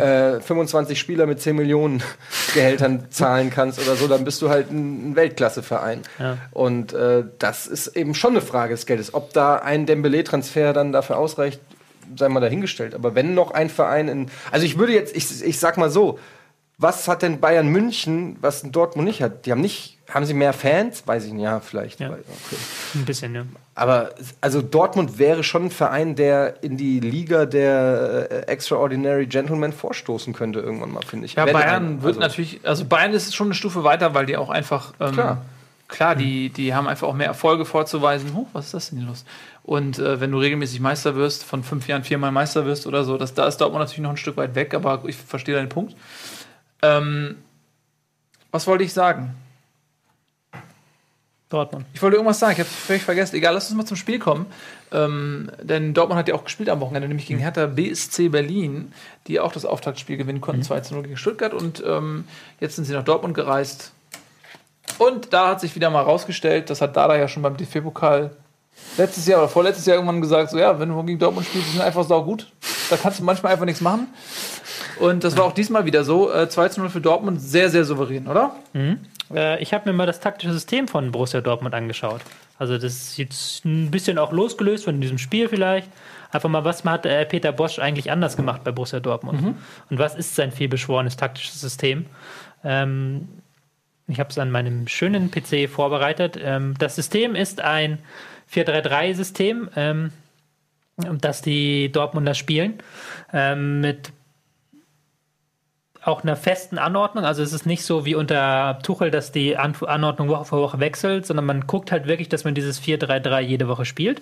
25 Spieler mit 10 Millionen Gehältern zahlen kannst oder so, dann bist du halt ein Weltklasse-Verein. Ja. Und das ist eben schon eine Frage des Geldes. Ob da ein Dembélé-Transfer dann dafür ausreicht, sei mal dahingestellt. Aber wenn noch ein Verein also ich würde jetzt, ich sag mal so, was hat denn Bayern München, was Dortmund nicht hat? Haben sie mehr Fans? Weiß ich nicht, ja, vielleicht. Ja. Okay. Ein bisschen, ja. Aber also Dortmund wäre schon ein Verein, der in die Liga der Extraordinary Gentlemen vorstoßen könnte irgendwann mal, finde ich. Ja, Bayern wird natürlich, also Bayern ist schon eine Stufe weiter, weil die auch einfach, klar, die haben einfach auch mehr Erfolge vorzuweisen. Was ist das denn hier los? Und wenn du regelmäßig Meister wirst, von 5 Jahren 4-mal Meister wirst oder so, da ist Dortmund natürlich noch ein Stück weit weg, aber ich verstehe deinen Punkt. Was wollte ich sagen? Dortmund. Ich wollte irgendwas sagen, ich habe es völlig vergessen. Egal, lass uns mal zum Spiel kommen. Denn Dortmund hat ja auch gespielt am Wochenende, nämlich gegen Hertha BSC Berlin, die auch das Auftaktspiel gewinnen konnten, 2-0 gegen Stuttgart. Und jetzt sind sie nach Dortmund gereist. Und da hat sich wieder mal rausgestellt, das hat Dada ja schon beim DFB-Pokal letztes Jahr oder vorletztes Jahr irgendwann gesagt, so ja, wenn du gegen Dortmund spielst, die sind einfach saugut. Da kannst du manchmal einfach nichts machen. Und das war auch diesmal wieder so. 2-0 für Dortmund, sehr, sehr souverän, oder? Ich habe mir mal das taktische System von Borussia Dortmund angeschaut. Also das ist jetzt ein bisschen auch losgelöst von diesem Spiel vielleicht. Einfach mal, was hat Peter Bosz eigentlich anders gemacht bei Borussia Dortmund? Und was ist sein vielbeschworenes taktisches System? Ich habe es an meinem schönen PC vorbereitet. Das System ist ein 4-3-3-System, das die Dortmunder spielen, mit auch einer festen Anordnung. Also es ist nicht so wie unter Tuchel, dass die Anordnung Woche für Woche wechselt, sondern man guckt halt wirklich, dass man dieses 4-3-3 jede Woche spielt.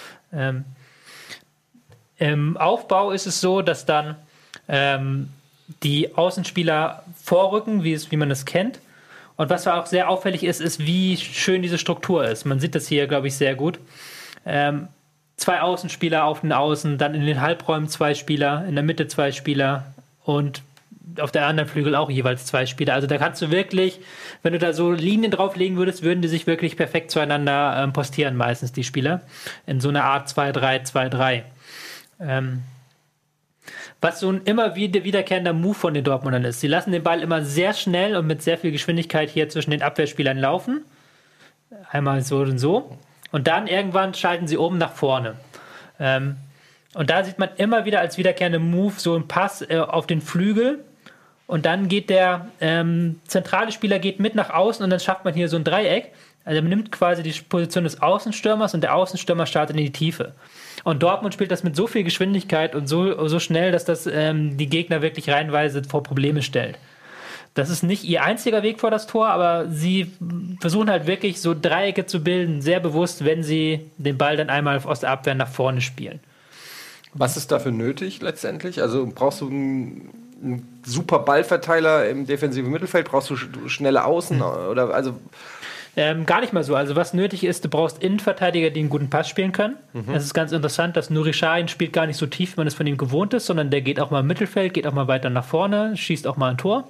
Im Aufbau ist es so, dass dann die Außenspieler vorrücken, wie man es kennt. Und was auch sehr auffällig ist, wie schön diese Struktur ist. Man sieht das hier, glaube ich, sehr gut. 2 Außenspieler auf den Außen, dann in den Halbräumen 2 Spieler, in der Mitte 2 Spieler und auf der anderen Flügel auch jeweils 2 Spieler. Also da kannst du wirklich, wenn du da so Linien drauflegen würdest, würden die sich wirklich perfekt zueinander postieren, meistens die Spieler. In so einer Art 2-3-2-3. Was so ein immer wiederkehrender Move von den Dortmundern ist. Sie lassen den Ball immer sehr schnell und mit sehr viel Geschwindigkeit hier zwischen den Abwehrspielern laufen. Einmal so und so. Und dann irgendwann schalten sie oben nach vorne. Und da sieht man immer wieder als wiederkehrender Move so einen Pass auf den Flügel. Und dann geht der zentrale Spieler geht mit nach außen und dann schafft man hier so ein Dreieck. Also man nimmt quasi die Position des Außenstürmers und der Außenstürmer startet in die Tiefe. Und Dortmund spielt das mit so viel Geschwindigkeit und so schnell, dass das die Gegner wirklich reihenweise vor Probleme stellt. Das ist nicht ihr einziger Weg vor das Tor, aber sie versuchen halt wirklich so Dreiecke zu bilden, sehr bewusst, wenn sie den Ball dann einmal aus der Abwehr nach vorne spielen. Was ist dafür nötig letztendlich? Also brauchst du einen super Ballverteiler im defensiven Mittelfeld? Brauchst du schnelle Außen? Oder also gar nicht mal so. Also was nötig ist, du brauchst Innenverteidiger, die einen guten Pass spielen können. Es ist ganz interessant, dass Nuri Sahin spielt gar nicht so tief, wie man es von ihm gewohnt ist, sondern der geht auch mal im Mittelfeld, geht auch mal weiter nach vorne, schießt auch mal ein Tor.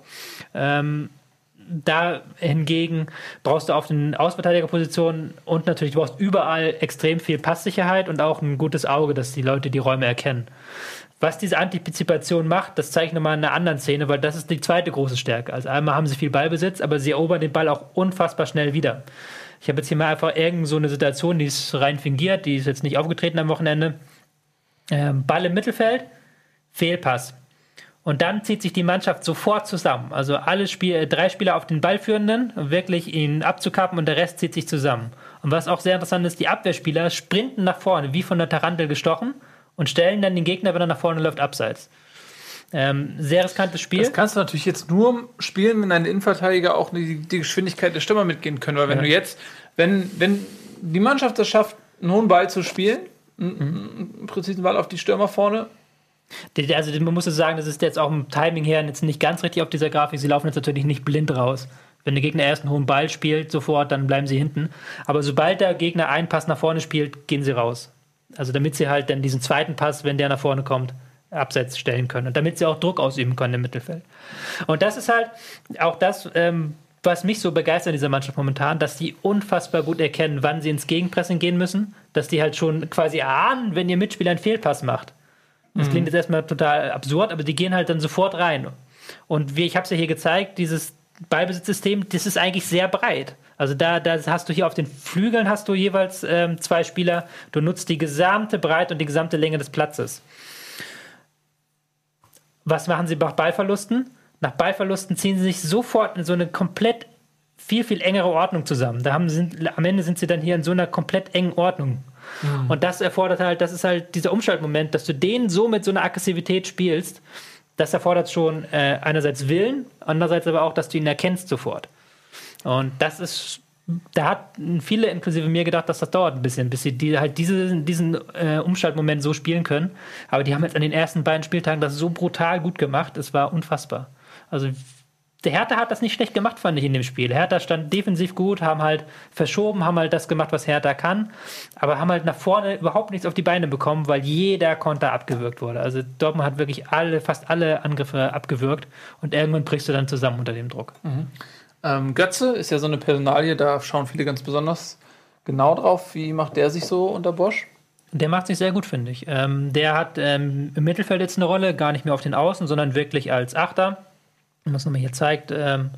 Da hingegen brauchst du auf den Außenverteidigerpositionen und natürlich du brauchst überall extrem viel Passsicherheit und auch ein gutes Auge, dass die Leute die Räume erkennen. Was diese Antizipation macht, das zeige ich nochmal in einer anderen Szene, weil das ist die zweite große Stärke. Also einmal haben sie viel Ballbesitz, aber sie erobern den Ball auch unfassbar schnell wieder. Ich habe jetzt hier mal einfach irgend so eine Situation, die ist rein fingiert, die ist jetzt nicht aufgetreten am Wochenende. Ball im Mittelfeld, Fehlpass. Und dann zieht sich die Mannschaft sofort zusammen. Also alle 3 Spieler auf den Ballführenden, wirklich ihn abzukappen und der Rest zieht sich zusammen. Und was auch sehr interessant ist, die Abwehrspieler sprinten nach vorne, wie von der Tarantel gestochen, und stellen dann den Gegner, wenn er nach vorne läuft, abseits. Sehr riskantes Spiel. Das kannst du natürlich jetzt nur spielen, wenn dein Innenverteidiger auch die Geschwindigkeit der Stürmer mitgehen können. Weil wenn du jetzt, wenn die Mannschaft es schafft, einen hohen Ball zu spielen, einen präzisen Ball auf die Stürmer vorne. Also man muss sagen, das ist jetzt auch im Timing her jetzt nicht ganz richtig auf dieser Grafik. Sie laufen jetzt natürlich nicht blind raus. Wenn der Gegner erst einen hohen Ball spielt, sofort, dann bleiben sie hinten. Aber sobald der Gegner einen Pass nach vorne spielt, gehen sie raus. Also damit sie halt dann diesen zweiten Pass, wenn der nach vorne kommt, abseits stellen können. Und damit sie auch Druck ausüben können im Mittelfeld. Und das ist halt auch das, was mich so begeistert in dieser Mannschaft momentan, dass die unfassbar gut erkennen, wann sie ins Gegenpressing gehen müssen. Dass die halt schon quasi ahnen, wenn ihr Mitspieler einen Fehlpass macht. Das klingt jetzt erstmal total absurd, aber die gehen halt dann sofort rein. Und ich habe es ja hier gezeigt, dieses Ballbesitzsystem, das ist eigentlich sehr breit. Also da hast du hier auf den Flügeln hast du jeweils 2 Spieler. Du nutzt die gesamte Breite und die gesamte Länge des Platzes. Was machen sie nach Ballverlusten? Nach Ballverlusten ziehen sie sich sofort in so eine komplett viel, viel engere Ordnung zusammen. Am Ende sind sie dann hier in so einer komplett engen Ordnung. Und das erfordert halt, das ist halt dieser Umschaltmoment, dass du den so mit so einer Aggressivität spielst, das erfordert schon einerseits Willen, andererseits aber auch, dass du ihn erkennst sofort. Und das ist, da hat viele inklusive mir gedacht, dass das dauert ein bisschen, bis sie halt diesen Umschaltmoment so spielen können. Aber die haben jetzt an den ersten beiden Spieltagen das so brutal gut gemacht, es war unfassbar. Also der Hertha hat das nicht schlecht gemacht, fand ich, in dem Spiel. Hertha stand defensiv gut, haben halt verschoben, haben halt das gemacht, was Hertha kann, aber haben halt nach vorne überhaupt nichts auf die Beine bekommen, weil jeder Konter abgewürgt wurde. Also Dortmund hat wirklich fast alle Angriffe abgewürgt und irgendwann brichst du dann zusammen unter dem Druck. Götze ist ja so eine Personalie, da schauen viele ganz besonders genau drauf. Wie macht der sich so unter Bosch? Der macht sich sehr gut, finde ich. Der hat im Mittelfeld jetzt eine Rolle, gar nicht mehr auf den Außen, sondern wirklich als Achter. Was nochmal hier zeigt,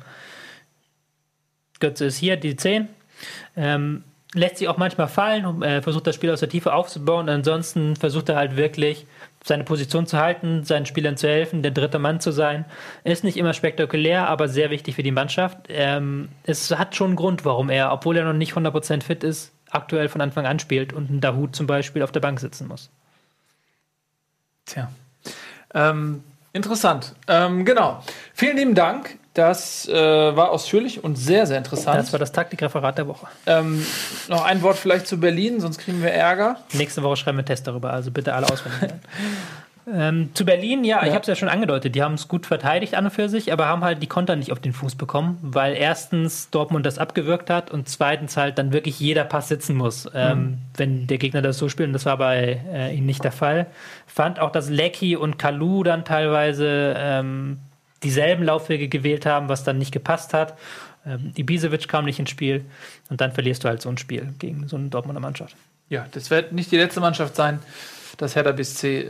Götze ist hier, die 10. Lässt sich auch manchmal fallen, versucht das Spiel aus der Tiefe aufzubauen. Ansonsten versucht er halt wirklich, seine Position zu halten, seinen Spielern zu helfen, der dritte Mann zu sein. Ist nicht immer spektakulär, aber sehr wichtig für die Mannschaft. Es hat schon einen Grund, warum er, obwohl er noch nicht 100% fit ist, aktuell von Anfang an spielt und ein Dahoud zum Beispiel auf der Bank sitzen muss. Tja. Interessant. Genau. Vielen lieben Dank. Das war ausführlich und sehr, sehr interessant. Das war das Taktikreferat der Woche. Noch ein Wort vielleicht zu Berlin, sonst kriegen wir Ärger. Nächste Woche schreiben wir einen Test darüber, also bitte alle auswendig lernen. Zu Berlin, ja, ich habe es ja schon angedeutet, die haben es gut verteidigt an und für sich, aber haben halt die Konter nicht auf den Fuß bekommen, weil erstens Dortmund das abgewürgt hat und zweitens halt dann wirklich jeder Pass sitzen muss, wenn der Gegner das so spielt, und das war bei ihnen nicht der Fall. Fand auch, dass Lecky und Kalou dann teilweise dieselben Laufwege gewählt haben, was dann nicht gepasst hat. Ibisevic kam nicht ins Spiel und dann verlierst du halt so ein Spiel gegen so eine Dortmunder Mannschaft. Ja, das wird nicht die letzte Mannschaft sein, dass Hertha BSC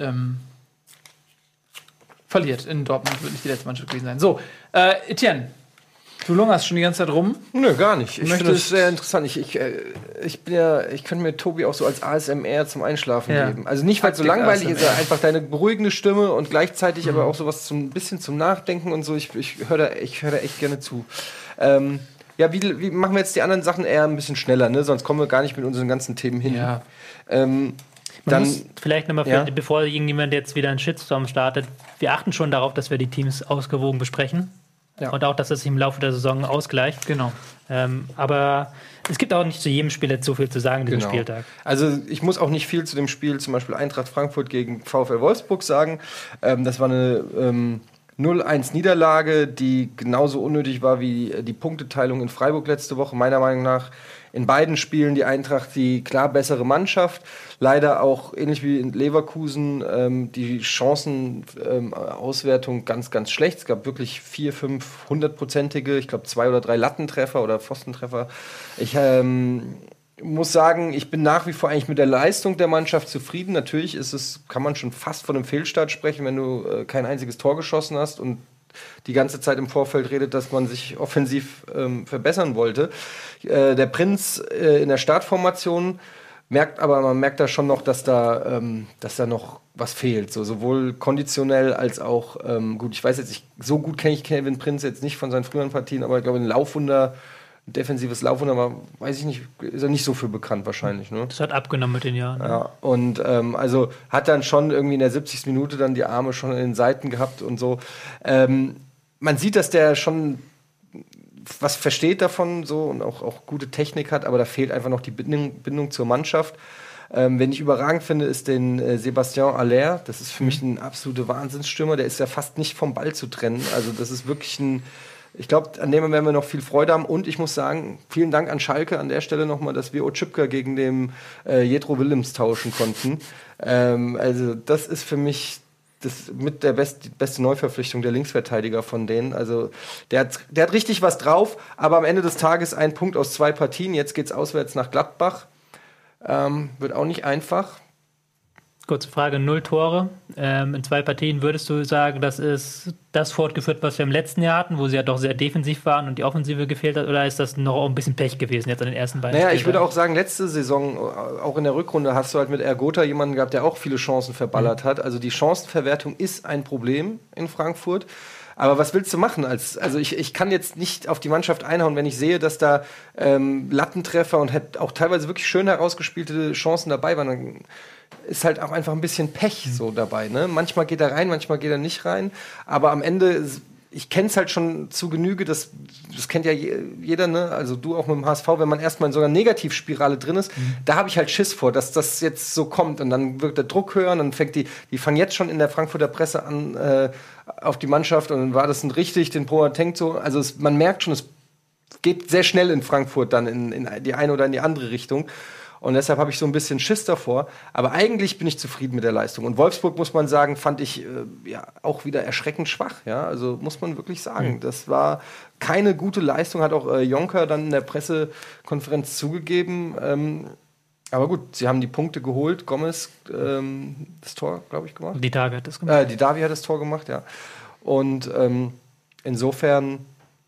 verliert. In Dortmund wird nicht die letzte Mannschaft gewesen sein. So, Etienne, du lungerst schon die ganze Zeit rum. Nö, gar nicht. Ich finde es sehr interessant. Ich könnte mir Tobi auch so als ASMR zum Einschlafen geben. Also nicht, weil es so langweilig ist, sondern einfach deine beruhigende Stimme und gleichzeitig aber auch sowas ein bisschen zum Nachdenken und so. Ich höre da echt gerne zu. Ja, wie machen wir jetzt die anderen Sachen eher ein bisschen schneller, ne? Sonst kommen wir gar nicht mit unseren ganzen Themen hin. Ja. Man muss vielleicht nochmal, bevor irgendjemand jetzt wieder einen Shitstorm startet, wir achten schon darauf, dass wir die Teams ausgewogen besprechen. Ja. Und auch, dass das sich im Laufe der Saison ausgleicht. Genau. Aber es gibt auch nicht zu jedem Spiel jetzt so viel zu sagen, diesen Spieltag. Also ich muss auch nicht viel zu dem Spiel, zum Beispiel Eintracht Frankfurt gegen VfL Wolfsburg sagen. Das war eine 0-1-Niederlage, die genauso unnötig war wie die Punkteteilung in Freiburg letzte Woche. Meiner Meinung nach in beiden Spielen die Eintracht die klar bessere Mannschaft. Leider auch ähnlich wie in Leverkusen die Chancenauswertung ganz, ganz schlecht. Es gab wirklich 4, 5 100-prozentige, ich glaube 2 oder 3 Lattentreffer oder Pfostentreffer. Ich muss sagen, ich bin nach wie vor eigentlich mit der Leistung der Mannschaft zufrieden. Natürlich kann man schon fast von einem Fehlstart sprechen, wenn du kein einziges Tor geschossen hast und die ganze Zeit im Vorfeld redet, dass man sich offensiv verbessern wollte. Der Prinz in der Startformation man merkt da schon noch, dass da noch was fehlt. So, sowohl konditionell als auch, gut, ich weiß jetzt, so gut kenne ich Kevin Prinz jetzt nicht von seinen früheren Partien, aber ich glaube, ein defensives Laufwunder, aber weiß ich nicht, ist er nicht so für bekannt wahrscheinlich. Ne? Das hat abgenommen mit den Jahren. Ne? Ja, und also hat dann schon irgendwie in der 70. Minute dann die Arme schon in den Seiten gehabt und so. Man sieht, dass der schon was versteht davon so und auch gute Technik hat, aber da fehlt einfach noch die Bindung zur Mannschaft. Wenn ich überragend finde, ist den Sebastian Haller. Das ist für mich ein absoluter Wahnsinnsstürmer. Der ist ja fast nicht vom Ball zu trennen. Also das ist wirklich ich glaube, an dem werden wir noch viel Freude haben. Und ich muss sagen, vielen Dank an Schalke an der Stelle nochmal, dass wir Otschipka gegen den Jetro Willems tauschen konnten. Also das ist für mich mit der beste Neuverpflichtung der Linksverteidiger von denen. Also der hat richtig was drauf, aber am Ende des Tages 1 Punkt aus 2 Partien. Jetzt geht's auswärts nach Gladbach. Wird auch nicht einfach. Kurze Frage, 0 Tore. In 2 Partien würdest du sagen, das ist das fortgeführt, was wir im letzten Jahr hatten, wo sie ja doch sehr defensiv waren und die Offensive gefehlt hat, oder ist das noch ein bisschen Pech gewesen jetzt an den ersten beiden Spielen? Ich würde auch sagen, letzte Saison, auch in der Rückrunde, hast du halt mit Ergota jemanden gehabt, der auch viele Chancen verballert hat. Also die Chancenverwertung ist ein Problem in Frankfurt. Aber was willst du machen? Also ich kann jetzt nicht auf die Mannschaft einhauen, wenn ich sehe, dass da Lattentreffer und auch teilweise wirklich schön herausgespielte Chancen dabei waren. Dann ist halt auch einfach ein bisschen Pech so dabei. Ne? Manchmal geht er rein, manchmal geht er nicht rein. Aber am Ende ich kenne es halt schon zu Genüge, das kennt ja jeder, ne? Also du auch mit dem HSV, wenn man erstmal in so einer Negativspirale drin ist, da habe ich halt Schiss vor, dass das jetzt so kommt und dann wird der Druck höher und dann fängt die fangen jetzt schon in der Frankfurter Presse an auf die Mannschaft und dann war das ein richtig, den Boateng so, also man merkt schon, es geht sehr schnell in Frankfurt dann in die eine oder in die andere Richtung. Und deshalb habe ich so ein bisschen Schiss davor. Aber eigentlich bin ich zufrieden mit der Leistung. Und Wolfsburg, muss man sagen, fand ich auch wieder erschreckend schwach. Ja? Also muss man wirklich sagen. Das war keine gute Leistung, hat auch Jonker dann in der Pressekonferenz zugegeben. Aber gut, sie haben die Punkte geholt. Gomez das Tor, glaube ich, gemacht. Die Davi hat das gemacht. Die Davi hat das Tor gemacht, ja. Und insofern,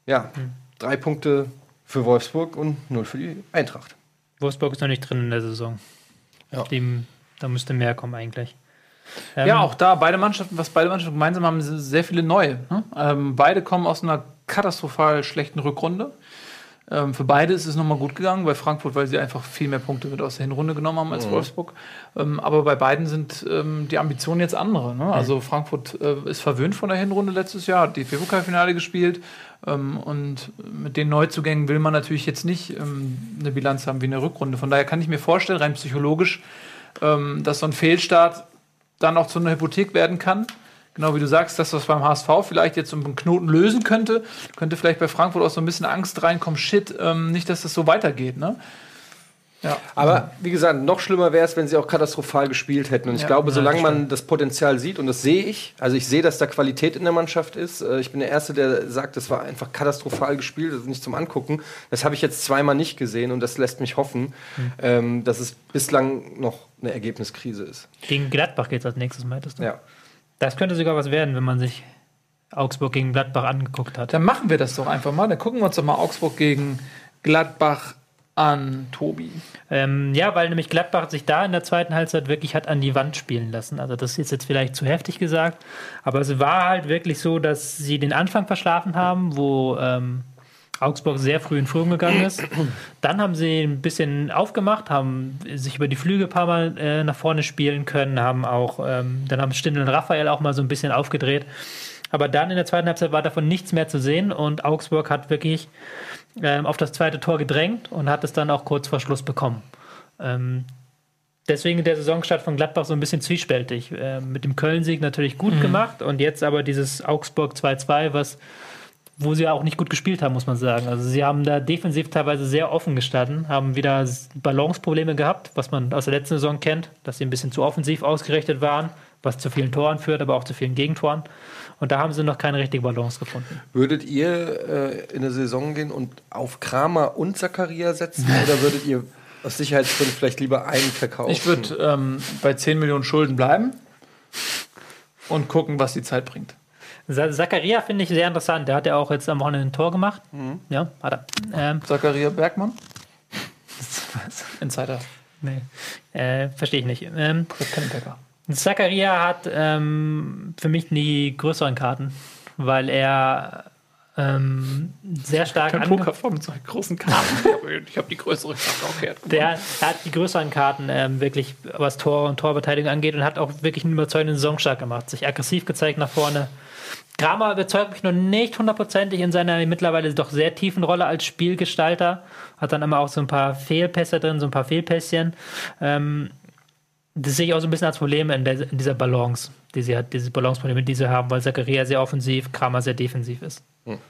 3 Punkte für Wolfsburg und 0 für die Eintracht. Wolfsburg ist noch nicht drin in der Saison. Ja. Da müsste mehr kommen eigentlich. Ja, auch da, beide Mannschaften gemeinsam haben, sind sehr viele neue. Ne? Beide kommen aus einer katastrophal schlechten Rückrunde. Für beide ist es nochmal gut gegangen, bei Frankfurt, weil sie einfach viel mehr Punkte mit aus der Hinrunde genommen haben als Wolfsburg. Aber bei beiden sind die Ambitionen jetzt andere. Ne? Also Frankfurt ist verwöhnt von der Hinrunde letztes Jahr, hat die DFB-Pokalfinale gespielt. Und mit den Neuzugängen will man natürlich jetzt nicht eine Bilanz haben wie in der Rückrunde. Von daher kann ich mir vorstellen, rein psychologisch, dass so ein Fehlstart dann auch zu einer Hypothek werden kann. Genau wie du sagst, dass das beim HSV vielleicht jetzt so einen Knoten lösen könnte vielleicht bei Frankfurt auch so ein bisschen Angst reinkommen, nicht, dass das so weitergeht, ne? Ja. Aber wie gesagt, noch schlimmer wäre es, wenn sie auch katastrophal gespielt hätten. Und ich glaube, solange man das Potenzial sieht, und das sehe ich, also ich sehe, dass da Qualität in der Mannschaft ist. Ich bin der Erste, der sagt, das war einfach katastrophal gespielt, das ist nicht zum Angucken. Das habe ich jetzt zweimal nicht gesehen und das lässt mich hoffen, dass es bislang noch eine Ergebniskrise ist. Gegen Gladbach geht es als nächstes, meintest du? Ja. Das könnte sogar was werden, wenn man sich Augsburg gegen Gladbach angeguckt hat. Dann machen wir das doch einfach mal. Dann gucken wir uns doch mal Augsburg gegen Gladbach an, Tobi. Weil nämlich Gladbach sich da in der zweiten Halbzeit wirklich hat an die Wand spielen lassen. Also das ist jetzt vielleicht zu heftig gesagt, aber es war halt wirklich so, dass sie den Anfang verschlafen haben, wo Augsburg sehr früh in Führung gegangen ist. Dann haben sie ein bisschen aufgemacht, haben sich über die Flügel ein paar Mal nach vorne spielen können, dann haben Stindl und Raphael auch mal so ein bisschen aufgedreht. Aber dann in der zweiten Halbzeit war davon nichts mehr zu sehen und Augsburg hat wirklich auf das zweite Tor gedrängt und hat es dann auch kurz vor Schluss bekommen. Deswegen der Saisonstart von Gladbach so ein bisschen zwiespältig. Mit dem Köln-Sieg natürlich gut gemacht und jetzt aber dieses Augsburg 2-2, wo sie auch nicht gut gespielt haben, muss man sagen. Also sie haben da defensiv teilweise sehr offen gestanden, haben wieder Balanceprobleme gehabt, was man aus der letzten Saison kennt, dass sie ein bisschen zu offensiv ausgerichtet waren, was zu vielen Toren führt, aber auch zu vielen Gegentoren. Und da haben sie noch keine richtige Balance gefunden. Würdet ihr in eine Saison gehen und auf Kramer und Zakaria setzen oder würdet ihr aus Sicherheitsgründen vielleicht lieber einen verkaufen? Ich würde bei 10 Millionen Schulden bleiben und gucken, was die Zeit bringt. Zakaria finde ich sehr interessant. Der hat ja auch jetzt am Wochenende ein Tor gemacht. Ja, hat er. Zakaria Bergmann? Insider. Nee. Verstehe ich nicht. Zakaria hat für mich die größeren Karten, weil er sehr stark Pokerform mit solchen großen Karten. Ich habe die größere Karte auch gehört. Der hat die größeren Karten wirklich, was Tor und Torbeteiligung angeht und hat auch wirklich einen überzeugenden Saisonstart gemacht. Sich aggressiv gezeigt nach vorne. Kramer überzeugt mich noch nicht hundertprozentig in seiner mittlerweile doch sehr tiefen Rolle als Spielgestalter. Hat dann immer auch so ein paar Fehlpässe drin, so ein paar Fehlpässchen. Das sehe ich auch so ein bisschen als Problem in dieser Balance, die sie hat, diese Balanceprobleme, die sie haben, weil Zakaria sehr offensiv, Kramer sehr defensiv ist.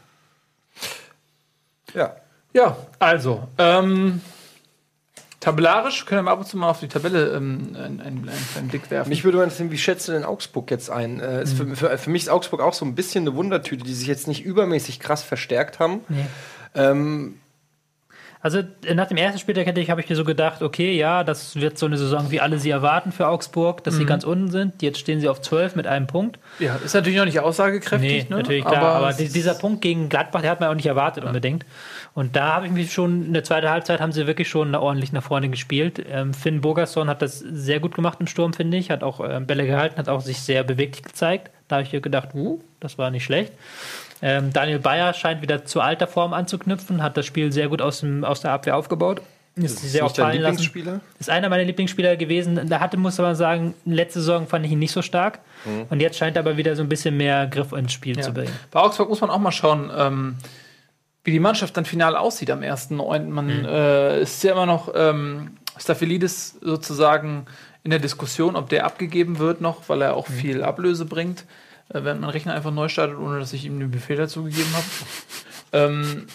Ja, also, tabellarisch können wir ab und zu mal auf die Tabelle einen Blick werfen. Mich würde mal interessieren, wie schätzt du denn Augsburg jetzt ein? Für mich ist Augsburg auch so ein bisschen eine Wundertüte, die sich jetzt nicht übermäßig krass verstärkt haben. Nee. Also nach dem ersten Spieltag habe ich mir so gedacht, okay, ja, das wird so eine Saison, wie alle sie erwarten für Augsburg, dass sie ganz unten sind. Jetzt stehen sie auf 12 mit einem Punkt. Ja, ist natürlich noch nicht aussagekräftig. Nee, natürlich klar, aber dieser Punkt gegen Gladbach, der hat man auch nicht erwartet unbedingt. Und da habe ich mich schon, in der zweiten Halbzeit haben sie wirklich schon ordentlich nach vorne gespielt. Finn Bogason hat das sehr gut gemacht im Sturm, finde ich. Hat auch Bälle gehalten, hat auch sich sehr beweglich gezeigt. Da habe ich gedacht, das war nicht schlecht. Daniel Bayer scheint wieder zu alter Form anzuknüpfen, hat das Spiel sehr gut aus der Abwehr aufgebaut. ist sehr nicht dein auffallen lassen. Lieblingsspieler? Ist einer meiner Lieblingsspieler gewesen. Da muss man sagen, letzte Saison fand ich ihn nicht so stark. Und jetzt scheint er aber wieder so ein bisschen mehr Griff ins Spiel zu bringen. Bei Augsburg muss man auch mal schauen, wie die Mannschaft dann final aussieht am 1.9. Man ist ja immer noch Staphylides sozusagen in der Diskussion, ob der abgegeben wird noch, weil er auch viel Ablöse bringt, während man Rechner einfach neu startet, ohne dass ich ihm den Befehl dazu gegeben habe.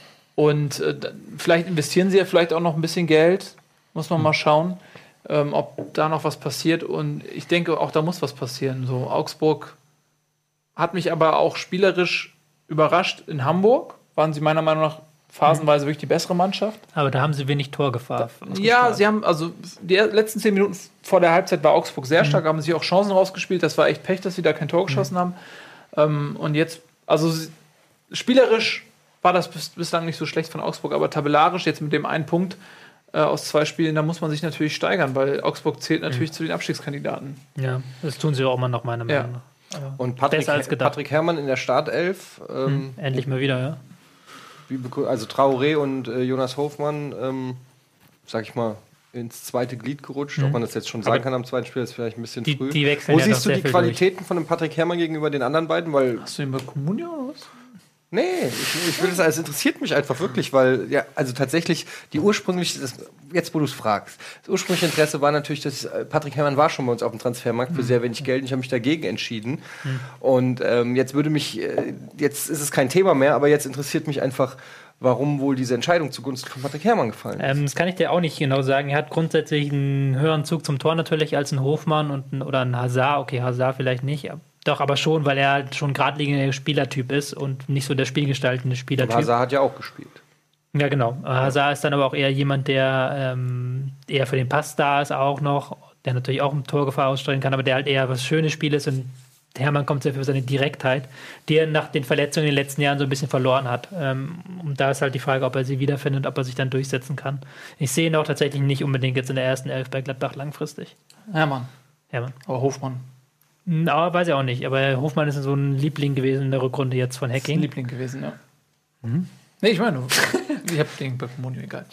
Vielleicht investieren sie ja vielleicht auch noch ein bisschen Geld, muss man mal schauen, ob da noch was passiert. Und ich denke, auch da muss was passieren. So, Augsburg hat mich aber auch spielerisch überrascht. In Hamburg waren sie meiner Meinung nach phasenweise wirklich die bessere Mannschaft. Aber da haben sie wenig Torgefahr. Ja, sie haben, also die letzten 10 Minuten vor der Halbzeit war Augsburg sehr stark, haben sich auch Chancen rausgespielt. Das war echt Pech, dass sie da kein Tor geschossen haben. Und jetzt, also spielerisch war das bislang nicht so schlecht von Augsburg, aber tabellarisch jetzt mit dem einen Punkt aus 2 Spielen, da muss man sich natürlich steigern, weil Augsburg zählt natürlich zu den Abstiegskandidaten. Ja, das tun sie auch immer noch, meiner Meinung nach. Und Besser als gedacht. Patrick Herrmann in der Startelf. Endlich mal wieder, ja. Also Traoré und Jonas Hofmann, sag ich mal, ins zweite Glied gerutscht. Ob man das jetzt schon sagen kann am zweiten Spiel, ist vielleicht ein bisschen früh. Die wechseln Wo ja siehst doch du sehr die viel Qualitäten von dem Patrick Herrmann gegenüber den anderen beiden? Weil Hast du ihn bei Comunio oder was? nee, ich will das, es interessiert mich einfach wirklich, weil, ja, also tatsächlich, jetzt wo du es fragst, das ursprüngliche Interesse war natürlich, dass Patrick Herrmann war schon bei uns auf dem Transfermarkt für sehr wenig Geld und ich habe mich dagegen entschieden. Und jetzt ist es kein Thema mehr, aber jetzt interessiert mich einfach, warum wohl diese Entscheidung zugunsten von Patrick Herrmann gefallen ist. Das kann ich dir auch nicht genau sagen. Er hat grundsätzlich einen höheren Zug zum Tor natürlich als ein Hofmann oder ein Hazard. Okay, Hazard vielleicht nicht, doch, aber schon, weil er halt schon geradliniger Spielertyp ist und nicht so der spielgestaltende Spielertyp. Hazard hat ja auch gespielt. Ja, genau. Hazard ist dann aber auch eher jemand, der eher für den Pass da ist auch noch, der natürlich auch eine Torgefahr ausstellen kann, aber der halt eher was schönes Spiel ist und Herrmann kommt sehr für seine Direktheit, die er nach den Verletzungen in den letzten Jahren so ein bisschen verloren hat. Und da ist halt die Frage, ob er sie wiederfindet, ob er sich dann durchsetzen kann. Ich sehe ihn auch tatsächlich nicht unbedingt jetzt in der ersten Elf bei Gladbach langfristig. Herrmann. Aber Hofmann. Aber weiß ich auch nicht. Aber Hofmann ist so ein Liebling gewesen in der Rückrunde jetzt von Hacking. Ist ein Liebling gewesen, ja. Nee, ich meine, ich habe den bei Comunio, egal.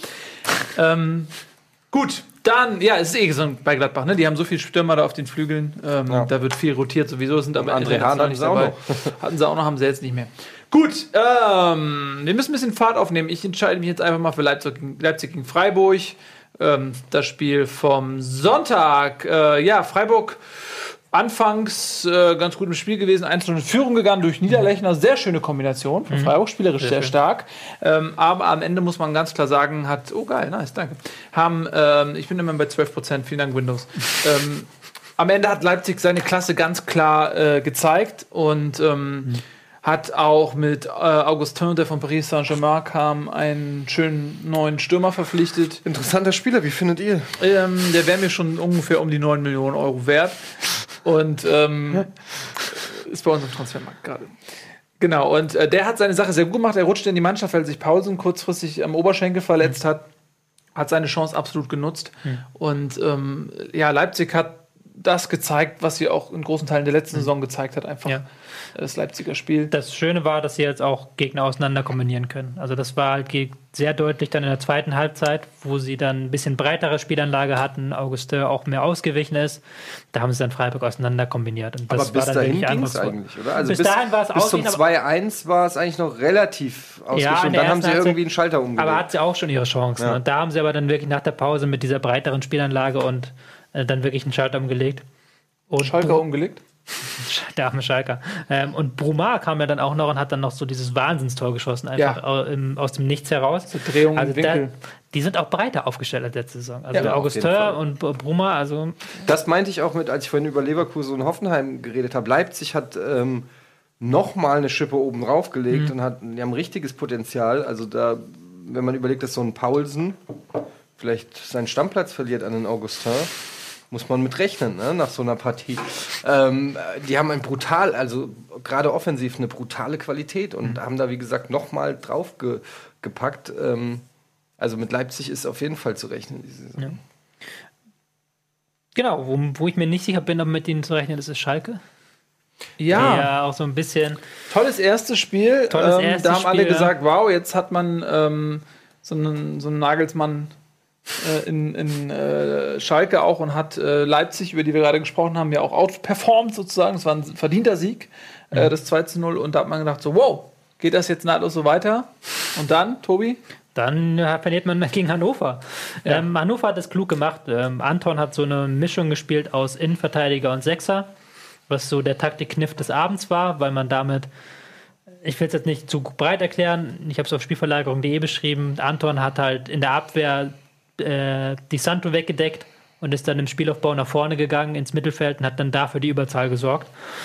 Gut, dann, ja, es ist so bei Gladbach, ne? Die haben so viele Stürmer da auf den Flügeln. Da wird viel rotiert sowieso, sind aber André Hahn nicht dabei. Hatten sie auch noch, haben sie jetzt nicht mehr. Gut, wir müssen ein bisschen Fahrt aufnehmen. Ich entscheide mich jetzt einfach mal für Leipzig gegen Freiburg. Das Spiel vom Sonntag. Freiburg anfangs ganz gut im Spiel gewesen, 1-0 in Führung gegangen durch Niederlechner. Sehr schöne Kombination von Freiburg, spielerisch sehr stark. Aber am Ende muss man ganz klar sagen, danke. Ich bin immer bei 12%, vielen Dank Windows. Am Ende hat Leipzig seine Klasse ganz klar gezeigt und hat auch mit Augustin, der von Paris Saint-Germain kam, einen schönen neuen Stürmer verpflichtet. Interessanter Spieler, wie findet ihr? Der wäre mir schon ungefähr um die 9 Millionen Euro wert. Und ist bei uns im Transfermarkt gerade. Genau, und der hat seine Sache sehr gut gemacht. Er rutschte in die Mannschaft, weil sich Paulsen kurzfristig am Oberschenkel verletzt hat. Hat seine Chance absolut genutzt. Und Leipzig hat das gezeigt, was sie auch in großen Teilen der letzten Saison gezeigt hat. Einfach das Leipziger Spiel. Das Schöne war, dass sie jetzt auch Gegner auseinander kombinieren können. Also das war halt sehr deutlich dann in der zweiten Halbzeit, wo sie dann ein bisschen breitere Spielanlage hatten, Augustin auch mehr ausgewichen ist. Da haben sie dann Freiburg auseinander kombiniert. Und das aber bis war dahin ging es eigentlich, oder? Also bis dahin war es bis zum 2-1 war es eigentlich noch relativ ausgeglichen. Und dann haben sie irgendwie einen Schalter umgelegt. Aber hat sie auch schon ihre Chancen. Ja. Und da haben sie aber dann wirklich nach der Pause mit dieser breiteren Spielanlage und dann wirklich einen Schalter umgelegt. Und Schalker umgelegt? Der arme Schalker. Und Bruma kam ja dann auch noch und hat dann noch so dieses Wahnsinnstor geschossen, einfach aus dem Nichts heraus. So Drehung im Winkel. Die sind auch breiter aufgestellt als letzte Saison. Also der Augustin und Bruma, also. Das meinte ich auch als ich vorhin über Leverkusen und Hoffenheim geredet habe. Leipzig hat nochmal eine Schippe oben drauf gelegt und die haben richtiges Potenzial. Also da, wenn man überlegt, dass so ein Paulsen vielleicht seinen Stammplatz verliert an den Augustin, muss man mit rechnen, ne, nach so einer Partie. Die haben also gerade offensiv eine brutale Qualität und haben da, wie gesagt, nochmal drauf gepackt. Also mit Leipzig ist auf jeden Fall zu rechnen diese Saison. Ja. Genau, wo ich mir nicht sicher bin, ob mit ihnen zu rechnen, das ist Schalke. Ja, auch so ein bisschen. Tolles erstes Spiel. Da haben alle gesagt, wow, jetzt hat man so einen Nagelsmann in Schalke auch und hat Leipzig, über die wir gerade gesprochen haben, ja auch outperformt sozusagen. Es war ein verdienter Sieg, das 2:0. Und da hat man gedacht so, wow, geht das jetzt nahtlos so weiter? Und dann, Tobi? Dann verliert man gegen Hannover. Ja. Hannover hat es klug gemacht. Anton hat so eine Mischung gespielt aus Innenverteidiger und Sechser, was so der Taktikkniff des Abends war, weil man damit, ich will es jetzt nicht zu breit erklären, ich habe es auf Spielverlagerung.de beschrieben, Anton hat halt in der Abwehr Di Santo weggedeckt und ist dann im Spielaufbau nach vorne gegangen ins Mittelfeld und hat dann dafür die Überzahl gesorgt.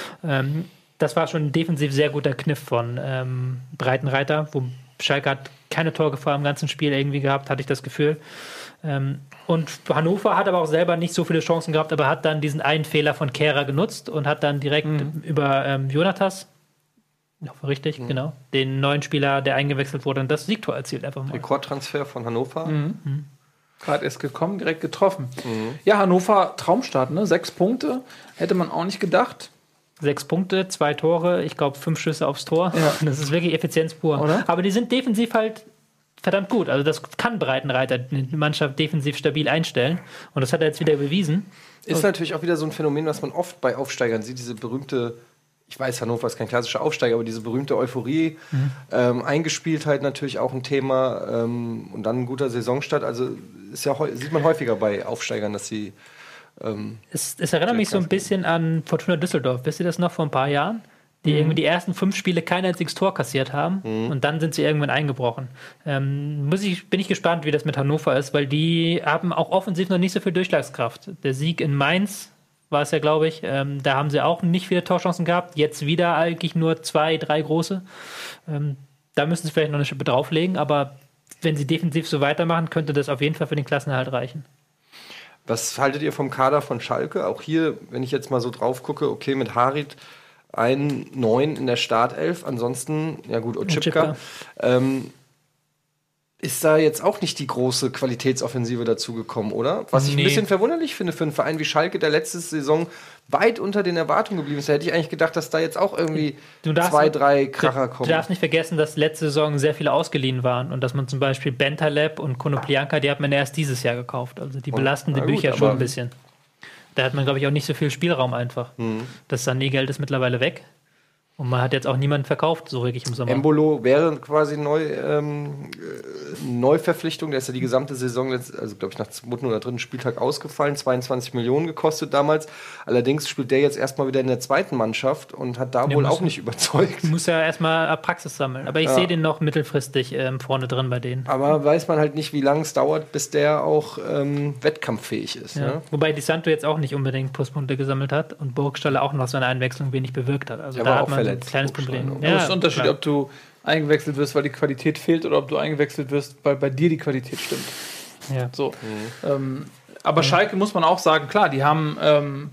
Das war schon ein defensiv sehr guter Kniff von Breitenreiter, wo Schalke hat keine Torgefahr im ganzen Spiel irgendwie gehabt, hatte ich das Gefühl. Und Hannover hat aber auch selber nicht so viele Chancen gehabt, aber hat dann diesen einen Fehler von Kehrer genutzt und hat dann direkt über Jonatas, richtig, genau, den neuen Spieler, der eingewechselt wurde, und das Siegtor erzielt einfach mal. Rekordtransfer von Hannover. Gerade erst gekommen, direkt getroffen. Ja, Hannover, Traumstart, ne? 6 Punkte, hätte man auch nicht gedacht. 6 Punkte, 2 Tore, ich glaube 5 Schüsse aufs Tor. Ja. Das ist wirklich Effizienz pur. Oder? Aber die sind defensiv halt verdammt gut. Also das kann Breitenreiter eine Mannschaft defensiv stabil einstellen. Und das hat er jetzt wieder bewiesen. Ist natürlich auch wieder so ein Phänomen, was man oft bei Aufsteigern sieht, diese berühmte, ich weiß, Hannover ist kein klassischer Aufsteiger, aber diese berühmte Euphorie, Eingespieltheit natürlich auch ein Thema und dann ein guter Saisonstart. Also ist ja sieht man häufiger bei Aufsteigern, dass sie Es erinnert mich so ein bisschen an Fortuna Düsseldorf. Wisst ihr das noch vor ein paar Jahren? Die irgendwie die ersten 5 Spiele kein einziges Tor kassiert haben und dann sind sie irgendwann eingebrochen. Bin ich gespannt, wie das mit Hannover ist, weil die haben auch offensiv noch nicht so viel Durchschlagskraft. Der Sieg in Mainz war es ja, glaube ich. Da haben sie auch nicht viele Torchancen gehabt. Jetzt wieder eigentlich nur 2, 3 große. Da müssen sie vielleicht noch eine Schippe drauflegen, aber wenn sie defensiv so weitermachen, könnte das auf jeden Fall für den Klassenerhalt reichen. Was haltet ihr vom Kader von Schalke? Auch hier, wenn ich jetzt mal so drauf gucke, okay, mit Harit ein 9 in der Startelf, ansonsten, ja gut, Otschipka. Ist da jetzt auch nicht die große Qualitätsoffensive dazugekommen, oder? Was ich ein bisschen verwunderlich finde für einen Verein wie Schalke, der letzte Saison weit unter den Erwartungen geblieben ist. Da hätte ich eigentlich gedacht, dass da jetzt auch irgendwie 2, 3 Kracher kommen. Du darfst nicht vergessen, dass letzte Saison sehr viele ausgeliehen waren und dass man zum Beispiel Bentaleb und Konoplyanka, die hat man erst dieses Jahr gekauft. Also die belasten die Bücher schon ein bisschen. Da hat man, glaube ich, auch nicht so viel Spielraum einfach. Das Sané-Geld ist mittlerweile weg. Und man hat jetzt auch niemanden verkauft, so wirklich im Sommer. Embolo wäre quasi Neuverpflichtung. Der ist ja die gesamte Saison, also glaube ich, nach 2. oder 3. Spieltag ausgefallen. 22 Millionen gekostet damals. Allerdings spielt der jetzt erstmal wieder in der zweiten Mannschaft und hat da wohl auch nicht überzeugt. Muss ja erstmal Praxis sammeln. Aber ich sehe den noch mittelfristig vorne drin bei denen. Aber weiß man halt nicht, wie lange es dauert, bis der auch wettkampffähig ist. Ja. Ne? Wobei Di Santo jetzt auch nicht unbedingt Pluspunkte gesammelt hat und Burgstaller auch noch so eine Einwechslung wenig bewirkt hat. Also da hat man ein kleines Problem. Ja, das ist ein Unterschied, klar, ob du eingewechselt wirst, weil die Qualität fehlt, oder ob du eingewechselt wirst, weil bei dir die Qualität stimmt. Ja. So. Aber Schalke muss man auch sagen, klar, die haben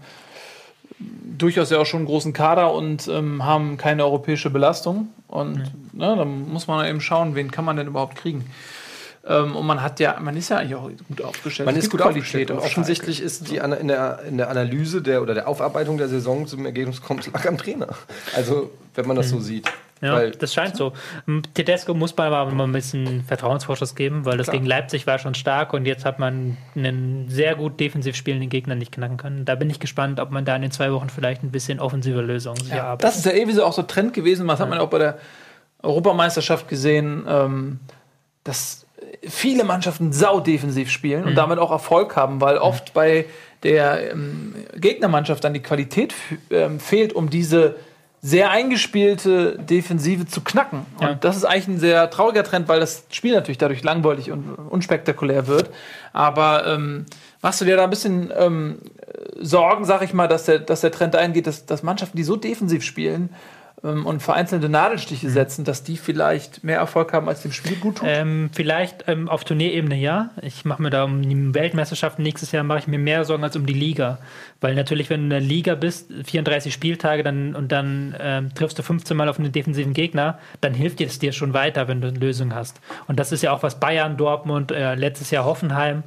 durchaus ja auch schon einen großen Kader und haben keine europäische Belastung. Und dann muss man eben schauen, wen kann man denn überhaupt kriegen. Und man ist ja eigentlich auch gut aufgestellt. Man ist gut aufgestellt. Und offensichtlich ist die in der Analyse oder der Aufarbeitung der Saison zum Ergebnis kommt, lag am Trainer. Also, wenn man das so sieht. Ja, weil, das scheint so. Tedesco muss man aber mal ein bisschen Vertrauensvorschuss geben, weil das gegen Leipzig war schon stark und jetzt hat man einen sehr gut defensiv spielenden Gegner nicht knacken können. Da bin ich gespannt, ob man da in den 2 Wochen vielleicht ein bisschen offensive Lösungen sich erarbeitet. Das ist ja irgendwie so auch so Trend gewesen. Das hat man auch bei der Europameisterschaft gesehen, dass viele Mannschaften saudefensiv spielen und damit auch Erfolg haben, weil oft bei der Gegnermannschaft dann die Qualität fehlt, um diese sehr eingespielte Defensive zu knacken. Und das ist eigentlich ein sehr trauriger Trend, weil das Spiel natürlich dadurch langweilig und unspektakulär wird. Aber machst du dir da ein bisschen Sorgen, sag ich mal, dass der Trend eingeht, dass Mannschaften, die so defensiv spielen und vereinzelte Nadelstiche setzen, dass die vielleicht mehr Erfolg haben, als dem Spiel gut tut? Vielleicht auf Turnierebene ja. Ich mache mir da um die Weltmeisterschaften nächstes Jahr mache ich mir mehr Sorgen als um die Liga. Weil natürlich, wenn du in der Liga bist, 34 Spieltage dann triffst du 15 Mal auf einen defensiven Gegner, dann hilft es dir schon weiter, wenn du eine Lösung hast. Und das ist ja auch was Bayern, Dortmund, letztes Jahr Hoffenheim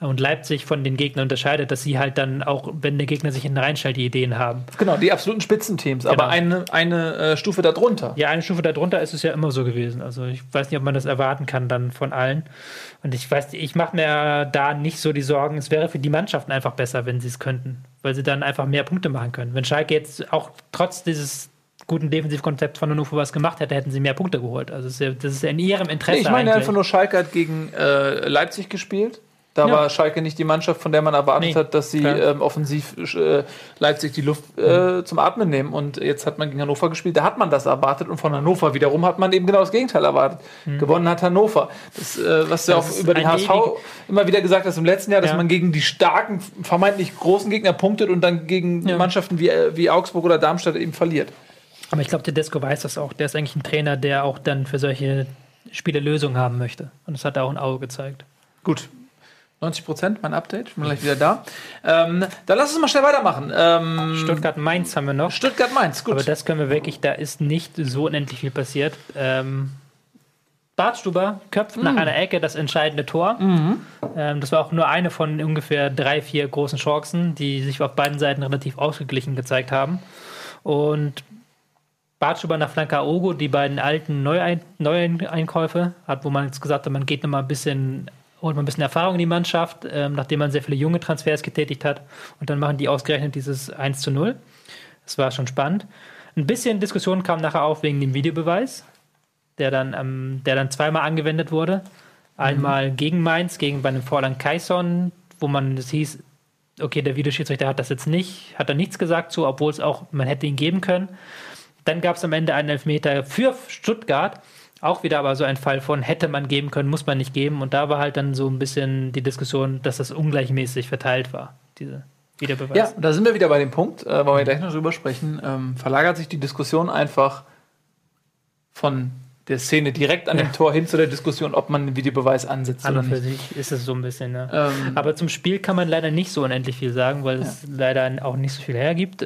und Leipzig von den Gegnern unterscheidet, dass sie halt dann auch, wenn der Gegner sich hinten reinstellt, die Ideen haben. Genau, die absoluten Spitzenteams, aber eine Stufe darunter. Ja, eine Stufe darunter ist es ja immer so gewesen. Also ich weiß nicht, ob man das erwarten kann dann von allen. Und ich mache mir da nicht so die Sorgen. Es wäre für die Mannschaften einfach besser, wenn sie es könnten, weil sie dann einfach mehr Punkte machen können. Wenn Schalke jetzt auch trotz dieses guten Defensivkonzept von Hannover was gemacht hätte, hätten sie mehr Punkte geholt. Also das ist ja in ihrem Interesse. Ich meine einfach nur, Schalke hat gegen Leipzig gespielt. Da war Schalke nicht die Mannschaft, von der man erwartet hat, dass sie offensiv Leipzig die Luft zum Atmen nehmen. Und jetzt hat man gegen Hannover gespielt, da hat man das erwartet. Und von Hannover wiederum hat man eben genau das Gegenteil erwartet. Gewonnen hat Hannover. Das, was du auch über den HSV immer wieder gesagt hast im letzten Jahr, dass man gegen die starken, vermeintlich großen Gegner punktet und dann gegen Mannschaften wie Augsburg oder Darmstadt eben verliert. Aber ich glaube, Tedesco weiß das auch. Der ist eigentlich ein Trainer, der auch dann für solche Spiele Lösungen haben möchte. Und das hat er auch ein Auge gezeigt. Gut. 90%, mein Update. Ich bin gleich wieder da. Dann lass uns mal schnell weitermachen. Stuttgart-Mainz haben wir noch. Stuttgart-Mainz, gut. Aber das können wir wirklich, da ist nicht so unendlich viel passiert. Bartstuber köpft nach einer Ecke das entscheidende Tor. Das war auch nur eine von ungefähr 3-4 großen Chancen, die sich auf beiden Seiten relativ ausgeglichen gezeigt haben. Und Bartstuber nach Flanke Aogo, die beiden alten Neueinkäufe, wo man jetzt gesagt hat, man geht nochmal holt man ein bisschen Erfahrung in die Mannschaft, nachdem man sehr viele junge Transfers getätigt hat. Und dann machen die ausgerechnet dieses 1:0. Das war schon spannend. Ein bisschen Diskussion kam nachher auf wegen dem Videobeweis, der dann zweimal angewendet wurde. Einmal gegen Mainz, bei einem Vorland Kaison, wo man das hieß, okay, der Videoschiedsrichter hat da nichts gesagt zu, obwohl man hätte ihn geben können. Dann gab es am Ende einen Elfmeter für Stuttgart. Auch wieder aber so ein Fall von hätte man geben können, muss man nicht geben. Und da war halt dann so ein bisschen die Diskussion, dass das ungleichmäßig verteilt war, diese Videobeweis. Ja, da sind wir wieder bei dem Punkt, wollen wir gleich noch drüber sprechen. Verlagert sich die Diskussion einfach von der Szene direkt an dem Tor hin zu der Diskussion, ob man den Videobeweis ansetzt oder nicht. Für sich ist es so ein bisschen, ne? Aber zum Spiel kann man leider nicht so unendlich viel sagen, weil es leider auch nicht so viel hergibt.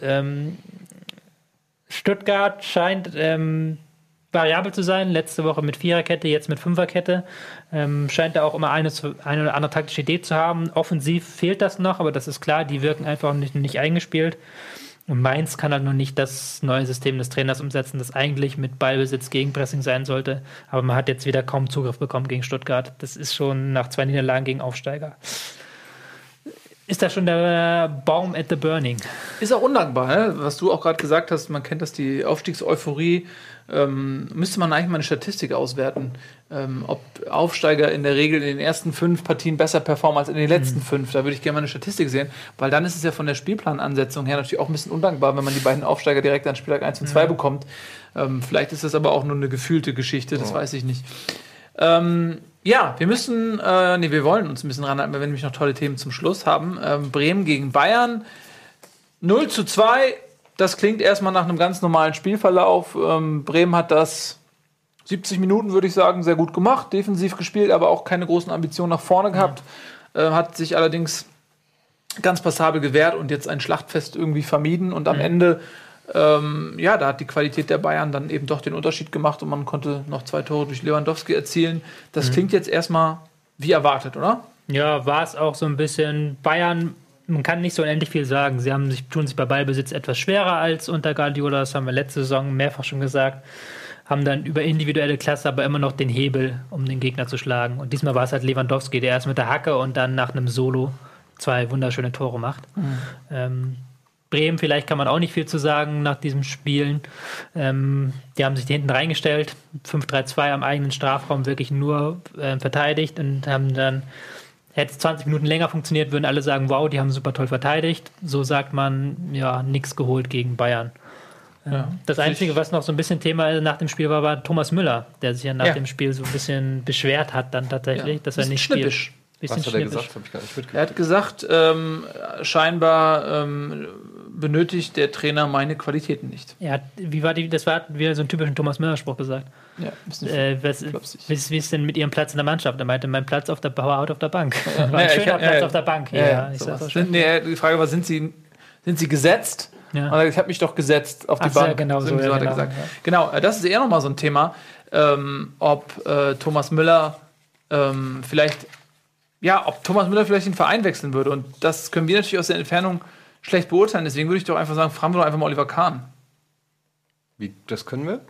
Stuttgart scheint variabel zu sein. Letzte Woche mit Viererkette, jetzt mit Fünferkette. Scheint da auch immer eine oder andere taktische Idee zu haben. Offensiv fehlt das noch, aber das ist klar, die wirken einfach nicht eingespielt. Und Mainz kann halt noch nicht das neue System des Trainers umsetzen, das eigentlich mit Ballbesitz Gegenpressing sein sollte. Aber man hat jetzt wieder kaum Zugriff bekommen gegen Stuttgart. Das ist schon nach 2 Niederlagen gegen Aufsteiger. Ist da schon der Baum at the Burning? Ist auch undankbar, ne? Was du auch gerade gesagt hast, man kennt das, die Aufstiegseuphorie. Müsste man eigentlich mal eine Statistik auswerten, ob Aufsteiger in der Regel in den ersten 5 Partien besser performen als in den letzten 5. Da würde ich gerne mal eine Statistik sehen, weil dann ist es ja von der Spielplanansetzung her natürlich auch ein bisschen undankbar, wenn man die beiden Aufsteiger direkt an Spieltag 1 und 2 bekommt. Vielleicht ist das aber auch nur eine gefühlte Geschichte, das weiß ich nicht. Ja, wir wollen uns ein bisschen ranhalten, weil wir nämlich noch tolle Themen zum Schluss haben. Bremen gegen Bayern, 0:2. Das klingt erstmal nach einem ganz normalen Spielverlauf. Bremen hat das 70 Minuten, würde ich sagen, sehr gut gemacht. Defensiv gespielt, aber auch keine großen Ambitionen nach vorne gehabt. Hat sich allerdings ganz passabel gewehrt und jetzt ein Schlachtfest irgendwie vermieden. Und am Ende, da hat die Qualität der Bayern dann eben doch den Unterschied gemacht und man konnte noch 2 Tore durch Lewandowski erzielen. Das klingt jetzt erstmal wie erwartet, oder? Ja, war es auch so ein bisschen. Bayern, man kann nicht so unendlich viel sagen. Sie tun sich bei Ballbesitz etwas schwerer als unter Guardiola. Das haben wir letzte Saison mehrfach schon gesagt. Haben dann über individuelle Klasse aber immer noch den Hebel, um den Gegner zu schlagen. Und diesmal war es halt Lewandowski, der erst mit der Hacke und dann nach einem Solo 2 wunderschöne Tore macht. Bremen, vielleicht kann man auch nicht viel zu sagen nach diesem Spielen. Die haben sich hinten reingestellt, 5-3-2 am eigenen Strafraum wirklich nur verteidigt und haben dann, hätte es 20 Minuten länger funktioniert, würden alle sagen, wow, die haben super toll verteidigt. So sagt man, ja, nichts geholt gegen Bayern. Das Einzige, was noch so ein bisschen Thema nach dem Spiel war Thomas Müller, der sich ja nach dem Spiel so ein bisschen beschwert hat dann tatsächlich, dass er nicht spielt. Was hat er gesagt? Hab ich gar nicht mitgekriegt. Er hat gesagt, scheinbar benötigt der Trainer meine Qualitäten nicht. Ja, das war wieder so ein typischen Thomas Müller-Spruch gesagt. Ja, wie ist denn mit Ihrem Platz in der Mannschaft? Er meinte, mein Platz auf der Bank. War ein schöner Platz auf der Bank. Die Frage war, sind Sie gesetzt? Ja. Und ich habe mich doch gesetzt auf die Bank. Ja, genau so hat er gesagt. Ja. Genau, das ist eher nochmal so ein Thema, ob Thomas Müller vielleicht ob Thomas Müller vielleicht den Verein wechseln würde. Und das können wir natürlich aus der Entfernung schlecht beurteilen. Deswegen würde ich doch einfach sagen, fragen wir doch einfach mal Oliver Kahn. Wie, das können wir?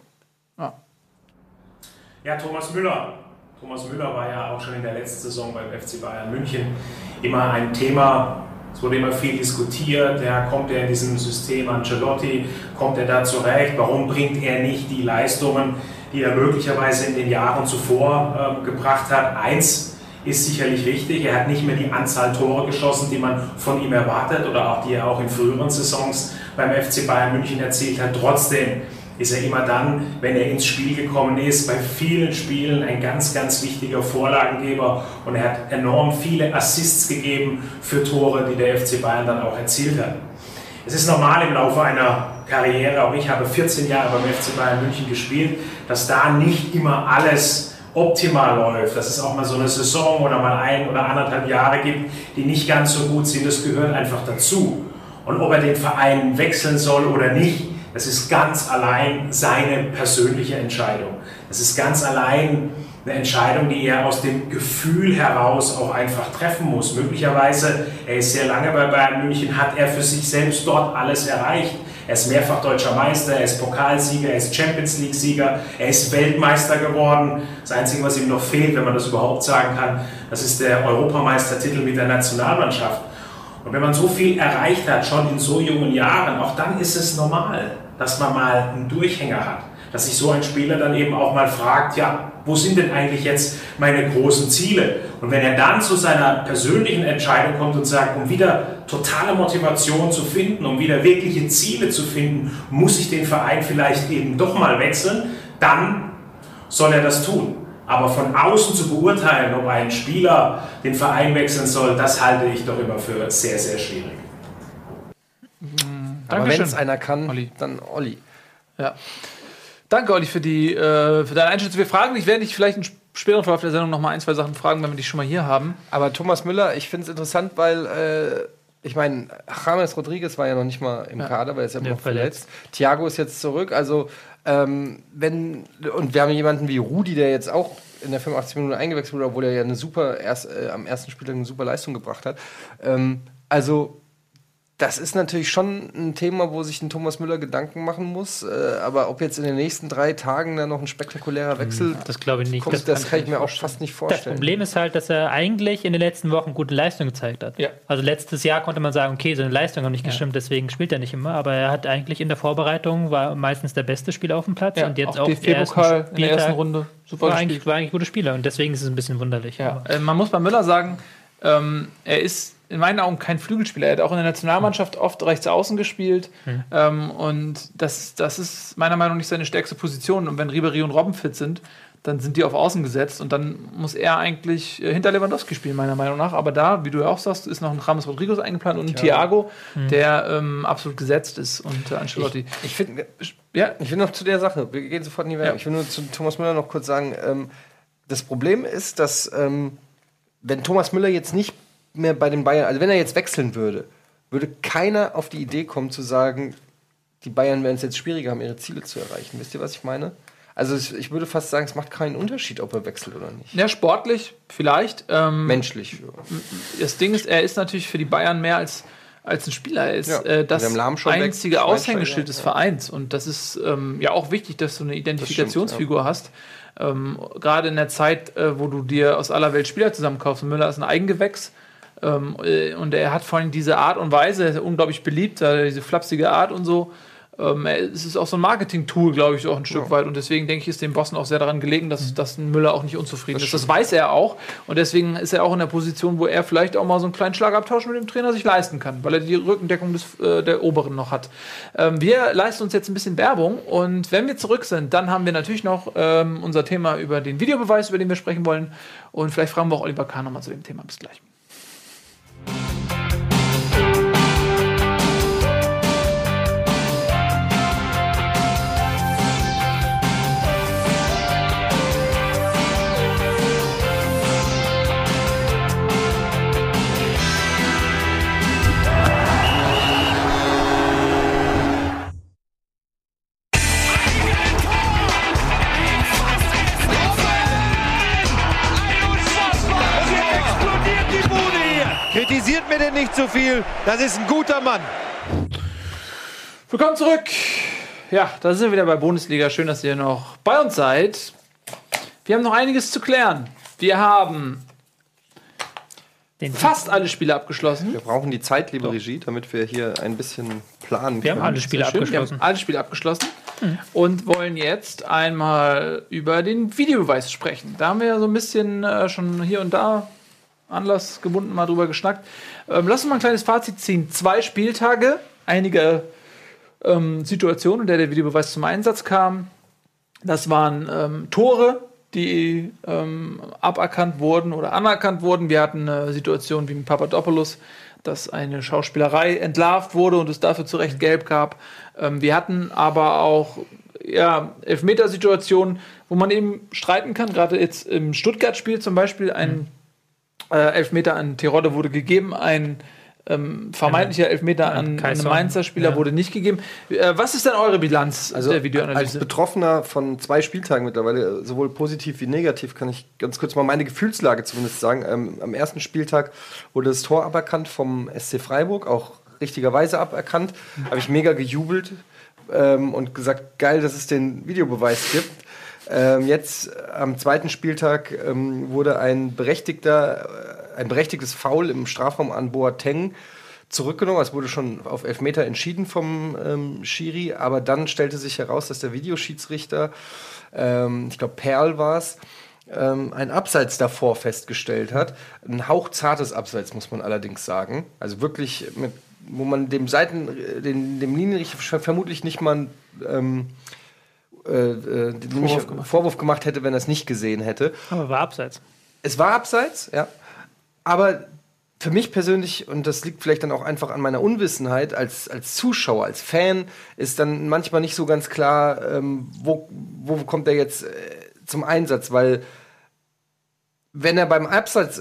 Ja, Thomas Müller. Thomas Müller war ja auch schon in der letzten Saison beim FC Bayern München immer ein Thema. Es wurde immer viel diskutiert. Kommt er in diesem System Ancelotti? Kommt er da zurecht? Warum bringt er nicht die Leistungen, die er möglicherweise in den Jahren zuvor gebracht hat? Eins ist sicherlich richtig. Er hat nicht mehr die Anzahl Tore geschossen, die man von ihm erwartet oder auch die er auch in früheren Saisons beim FC Bayern München erzielt hat. Trotzdem ist er immer dann, wenn er ins Spiel gekommen ist, bei vielen Spielen ein ganz, ganz wichtiger Vorlagengeber und er hat enorm viele Assists gegeben für Tore, die der FC Bayern dann auch erzielt hat. Es ist normal im Laufe einer Karriere, auch ich habe 14 Jahre beim FC Bayern München gespielt, dass da nicht immer alles optimal läuft, dass es auch mal so eine Saison oder mal 1 oder 1,5 Jahre gibt, die nicht ganz so gut sind, das gehört einfach dazu. Und ob er den Verein wechseln soll oder nicht, das ist ganz allein seine persönliche Entscheidung. Das ist ganz allein eine Entscheidung, die er aus dem Gefühl heraus auch einfach treffen muss. Möglicherweise, er ist sehr lange bei Bayern München, hat er für sich selbst dort alles erreicht. Er ist mehrfach deutscher Meister, er ist Pokalsieger, er ist Champions League-Sieger, er ist Weltmeister geworden. Das Einzige, was ihm noch fehlt, wenn man das überhaupt sagen kann, das ist der Europameistertitel mit der Nationalmannschaft. Und wenn man so viel erreicht hat, schon in so jungen Jahren, auch dann ist es normal, dass man mal einen Durchhänger hat. Dass sich so ein Spieler dann eben auch mal fragt, ja, wo sind denn eigentlich jetzt meine großen Ziele? Und wenn er dann zu seiner persönlichen Entscheidung kommt und sagt, um wieder totale Motivation zu finden, um wieder wirkliche Ziele zu finden, muss ich den Verein vielleicht eben doch mal wechseln, dann soll er das tun. Aber von außen zu beurteilen, ob ein Spieler den Verein wechseln soll, das halte ich doch immer für sehr, sehr schwierig. Aber wenn es einer kann, Olli. dann Olli. Ja. Danke, Olli, für deine Einschätzung. Wir fragen dich, werde ich vielleicht im späteren Verlauf der Sendung noch mal 1, 2 Sachen fragen, wenn wir dich schon mal hier haben. Aber Thomas Müller, ich finde es interessant, weil ich meine, James Rodriguez war ja noch nicht mal im Kader, weil er ist ja noch verletzt. Thiago ist jetzt zurück, also und wir haben jemanden wie Rudi, der jetzt auch in der 85 Minuten eingewechselt wurde, obwohl er ja am ersten Spieltag eine super Leistung gebracht hat. Also das ist natürlich schon ein Thema, wo sich ein Thomas Müller Gedanken machen muss. Aber ob jetzt in den nächsten 3 Tagen da noch ein spektakulärer Wechsel das glaube ich nicht. kommt, das kann ich mir auch fast nicht vorstellen. Das Problem ist halt, dass er eigentlich in den letzten Wochen gute Leistung gezeigt hat. Ja. Also letztes Jahr konnte man sagen, okay, seine Leistung hat nicht gestimmt, deswegen spielt er nicht immer. Aber er hat eigentlich in der Vorbereitung, war meistens der beste Spieler auf dem Platz. Und jetzt auch DFB-Pokal in der ersten Runde super gespielt. War eigentlich ein guter Spieler. Und deswegen ist es ein bisschen wunderlich. Ja. Man muss bei Müller sagen, er ist in meinen Augen kein Flügelspieler. Er hat auch in der Nationalmannschaft oft rechts außen gespielt. Und das ist meiner Meinung nach nicht seine stärkste Position. Und wenn Ribéry und Robben fit sind, dann sind die auf Außen gesetzt. Und dann muss er eigentlich hinter Lewandowski spielen, meiner Meinung nach. Aber da, wie du ja auch sagst, ist noch ein James Rodriguez eingeplant und ein Thiago, der absolut gesetzt ist. Und Ancelotti. Ich finde noch zu der Sache, wir gehen sofort in die Werbung. Ich will nur zu Thomas Müller noch kurz sagen, das Problem ist, dass wenn Thomas Müller jetzt nicht mehr bei den Bayern, also wenn er jetzt wechseln würde, würde keiner auf die Idee kommen zu sagen, die Bayern werden es jetzt schwieriger haben, ihre Ziele zu erreichen. Wisst ihr, was ich meine? Also ich würde fast sagen, es macht keinen Unterschied, ob er wechselt oder nicht. Ja, sportlich vielleicht. Menschlich. Ja. Das Ding ist, er ist natürlich für die Bayern mehr als ein Spieler. Er ist das einzige Aushängeschild des Vereins. Und das ist ja auch wichtig, dass du eine Identifikationsfigur hast. Gerade in der Zeit, wo du dir aus aller Welt Spieler zusammenkaufst. Und Müller ist ein Eigengewächs. Und er hat vor allem diese Art und Weise, er ist unglaublich beliebt, diese flapsige Art und so. Es ist auch so ein Marketing-Tool, glaube ich, auch ein Stück weit. Und deswegen denke ich, ist dem Bossen auch sehr daran gelegen, dass Müller auch nicht unzufrieden ist. Das weiß er auch. Und deswegen ist er auch in der Position, wo er vielleicht auch mal so einen kleinen Schlagabtausch mit dem Trainer sich leisten kann, weil er die Rückendeckung der Oberen noch hat. Wir leisten uns jetzt ein bisschen Werbung. Und wenn wir zurück sind, dann haben wir natürlich noch unser Thema über den Videobeweis, über den wir sprechen wollen. Und vielleicht fragen wir auch Oliver Kahn nochmal zu dem Thema. Bis gleich. Kritisiert mir denn nicht zu viel. Das ist ein guter Mann. Willkommen zurück. Ja, da sind wir wieder bei Bundesliga. Schön, dass ihr noch bei uns seid. Wir haben noch einiges zu klären. Wir haben fast alle Spiele abgeschlossen. Wir brauchen die Zeit, liebe Regie, damit wir hier ein bisschen planen Wir haben alle Spiele abgeschlossen. Wir haben alle Spiele abgeschlossen und wollen jetzt einmal über den Videobeweis sprechen. Da haben wir ja so ein bisschen schon hier und da anlassgebunden mal drüber geschnackt. Lass uns mal ein kleines Fazit ziehen. 2 Spieltage, einige Situationen, in der der Videobeweis zum Einsatz kam. Das waren Tore, die aberkannt wurden oder anerkannt wurden. Wir hatten eine Situation wie mit Papadopoulos, dass eine Schauspielerei entlarvt wurde und es dafür zu Recht gelb gab. Wir hatten aber auch Elfmetersituationen, wo man eben streiten kann. Gerade jetzt im Stuttgart-Spiel zum Beispiel ein Elfmeter an Terodde wurde gegeben, ein vermeintlicher Elfmeter an einen Mainzer Spieler wurde nicht gegeben. Was ist denn eure Bilanz der Videoanalyse? Als Betroffener von 2 Spieltagen mittlerweile, sowohl positiv wie negativ, kann ich ganz kurz mal meine Gefühlslage zumindest sagen. Am ersten Spieltag wurde das Tor aberkannt vom SC Freiburg, auch richtigerweise aberkannt. Habe ich mega gejubelt und gesagt, geil, dass es den Videobeweis gibt. Jetzt am zweiten Spieltag wurde ein berechtigtes Foul im Strafraum an Boateng zurückgenommen. Es wurde schon auf Elfmeter entschieden vom Schiri, aber dann stellte sich heraus, dass der Videoschiedsrichter, ich glaube Perl war es, ein Abseits davor festgestellt hat. Ein hauchzartes Abseits, muss man allerdings sagen. Also wirklich, wo man dem Linienrichter vermutlich nicht mal Vorwurf gemacht hätte, wenn er es nicht gesehen hätte. Aber war abseits. Es war abseits, ja. Aber für mich persönlich, und das liegt vielleicht dann auch einfach an meiner Unwissenheit, als Zuschauer, als Fan, ist dann manchmal nicht so ganz klar, wo kommt er jetzt zum Einsatz. Weil wenn er beim Abseits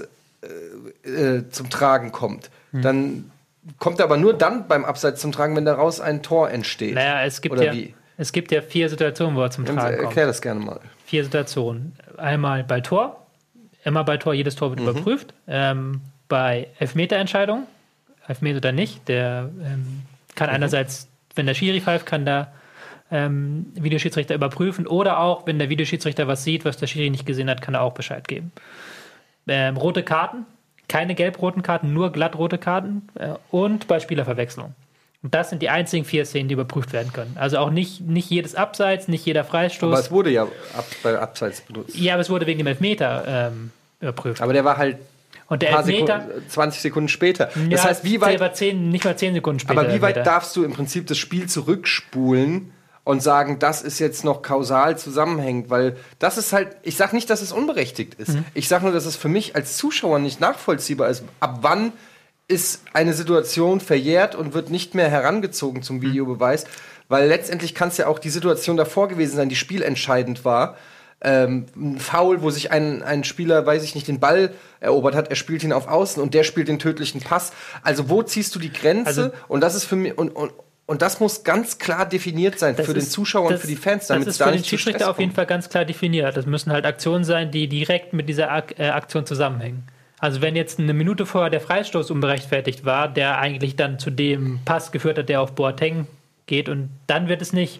zum Tragen kommt, dann kommt er aber nur dann beim Abseits zum Tragen, wenn daraus ein Tor entsteht. Naja, es gibt ja 4 Situationen, wo er zum Tragen kommt. Erklär das gerne mal. 4 Situationen. Einmal bei Tor. Immer bei Tor, jedes Tor wird überprüft. Bei Elfmeterentscheidung, Elfmeter oder nicht, der kann einerseits, wenn der Schiri pfeift, kann der Videoschiedsrichter überprüfen, oder auch, wenn der Videoschiedsrichter was sieht, was der Schiri nicht gesehen hat, kann er auch Bescheid geben. Rote Karten, keine gelb-roten Karten, nur glattrote Karten und bei Spielerverwechslung. Und das sind die einzigen 4 Szenen, die überprüft werden können. Also auch nicht jedes Abseits, nicht jeder Freistoß. Aber es wurde ja bei Abseits benutzt. Ja, aber es wurde wegen dem Elfmeter überprüft. Aber der war halt und der Elfmeter, 20 Sekunden später. Das heißt, wie weit, nicht mal 10 Sekunden später. Aber wie weit darfst du im Prinzip das Spiel zurückspulen und sagen, das ist jetzt noch kausal zusammenhängend? Weil das ist halt, ich sag nicht, dass es unberechtigt ist. Ich sag nur, dass es für mich als Zuschauer nicht nachvollziehbar ist. Ab wann ist eine Situation verjährt und wird nicht mehr herangezogen zum Videobeweis? Weil letztendlich kann es ja auch die Situation davor gewesen sein, die spielentscheidend war. Ein Foul, wo sich ein Spieler, weiß ich nicht, den Ball erobert hat, er spielt ihn auf Außen und der spielt den tödlichen Pass. Also wo ziehst du die Grenze? Also, und das ist für mich und das muss ganz klar definiert sein für den Zuschauer und für die Fans, damit es da nicht zu Stress kommt. Das ist für den Schiedsrichter auf jeden Fall ganz klar definiert. Das müssen halt Aktionen sein, die direkt mit dieser Aktion zusammenhängen. Also wenn jetzt eine Minute vorher der Freistoß unberechtfertigt war, der eigentlich dann zu dem Pass geführt hat, der auf Boateng geht, und dann wird es nicht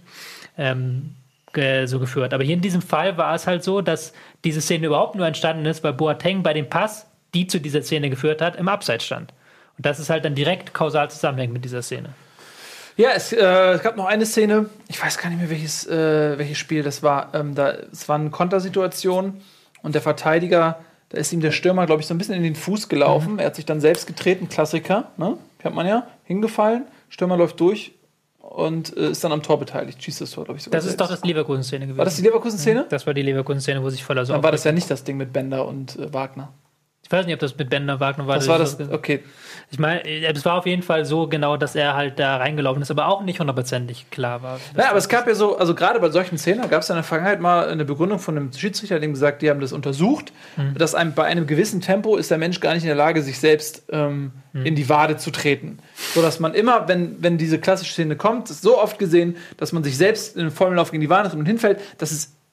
so geführt. Aber hier in diesem Fall war es halt so, dass diese Szene überhaupt nur entstanden ist, weil Boateng bei dem Pass, die zu dieser Szene geführt hat, im Abseits stand. Und das ist halt dann direkt kausal zusammenhängt mit dieser Szene. Ja, es gab noch eine Szene, ich weiß gar nicht mehr, welches Spiel das war. Es war eine Kontersituation und der Verteidiger, da ist ihm der Stürmer, glaube ich, so ein bisschen in den Fuß gelaufen. Er hat sich dann selbst getreten, Klassiker, ne? Kennt man ja, hingefallen, Stürmer läuft durch und ist dann am Tor beteiligt. Schießt das Tor, glaube ich, sogar. Das ist doch das Leverkusen-Szene gewesen. War das die Leverkusen-Szene? Das war die Leverkusen-Szene, wo sich voller so. Dann war das ja nicht das Ding mit Bender und Wagner. Ich weiß nicht, ob das mit Bender Wagner war. Das war das, okay. Ich meine, es war auf jeden Fall so genau, dass er halt da reingelaufen ist, aber auch nicht hundertprozentig klar war. Ja, aber es gab ja so, also gerade bei solchen Szenen gab es in der Vergangenheit mal eine Begründung von einem Schiedsrichter, dem gesagt, die haben das untersucht, dass bei einem gewissen Tempo ist der Mensch gar nicht in der Lage, sich selbst in die Wade zu treten. So dass man immer, wenn diese klassische Szene kommt, ist so oft gesehen, dass man sich selbst in einem vollen Lauf gegen die Wade tritt und hinfällt, dass es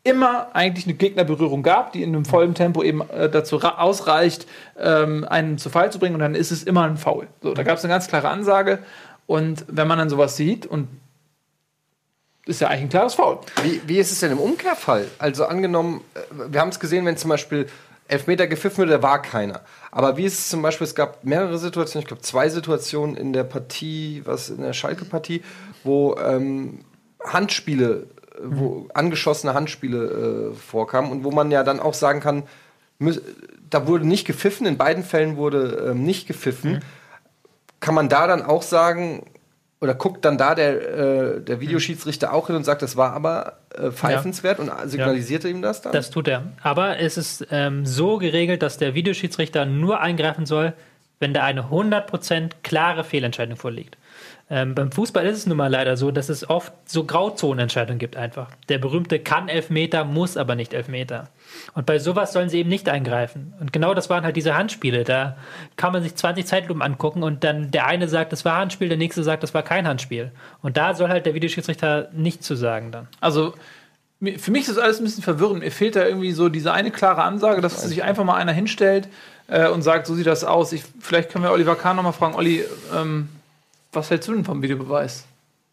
immer eigentlich eine Gegnerberührung gab, die in einem vollen Tempo eben dazu ausreicht, einen zu Fall zu bringen, und dann ist es immer ein Foul. So, da gab es eine ganz klare Ansage, und wenn man dann sowas sieht, und ist ja eigentlich ein klares Foul. Wie ist es denn im Umkehrfall? Also angenommen, wir haben es gesehen, wenn zum Beispiel Elfmeter gepfiffen wird, da war keiner. Aber wie ist es zum Beispiel, es gab mehrere Situationen, ich glaube 2 Situationen in der Partie, in der Schalke-Partie, wo Handspiele, wo angeschossene Handspiele vorkamen, und wo man ja dann auch sagen kann, da wurde nicht gepfiffen, in beiden Fällen wurde nicht gepfiffen. Kann man da dann auch sagen, oder guckt dann da der Videoschiedsrichter auch hin und sagt, das war aber pfeifenswert, und signalisierte ihm das dann? Das tut er. Aber es ist so geregelt, dass der Videoschiedsrichter nur eingreifen soll, wenn da eine 100% klare Fehlentscheidung vorliegt. Beim Fußball ist es nun mal leider so, dass es oft so Grauzonenentscheidungen gibt einfach. Der berühmte kann Elfmeter, muss aber nicht Elfmeter. Und bei sowas sollen sie eben nicht eingreifen. Und genau das waren halt diese Handspiele. Da kann man sich 20 Zeitlupen angucken, und dann der eine sagt, das war Handspiel, der nächste sagt, das war kein Handspiel. Und da soll halt der Videoschiedsrichter nichts zu sagen dann. Also für mich ist das alles ein bisschen verwirrend. Mir fehlt da irgendwie so diese eine klare Ansage, dass sich einfach mal einer hinstellt und sagt, so sieht das aus. Vielleicht können wir Oliver Kahn noch mal fragen, Olli, was hältst du denn vom Videobeweis?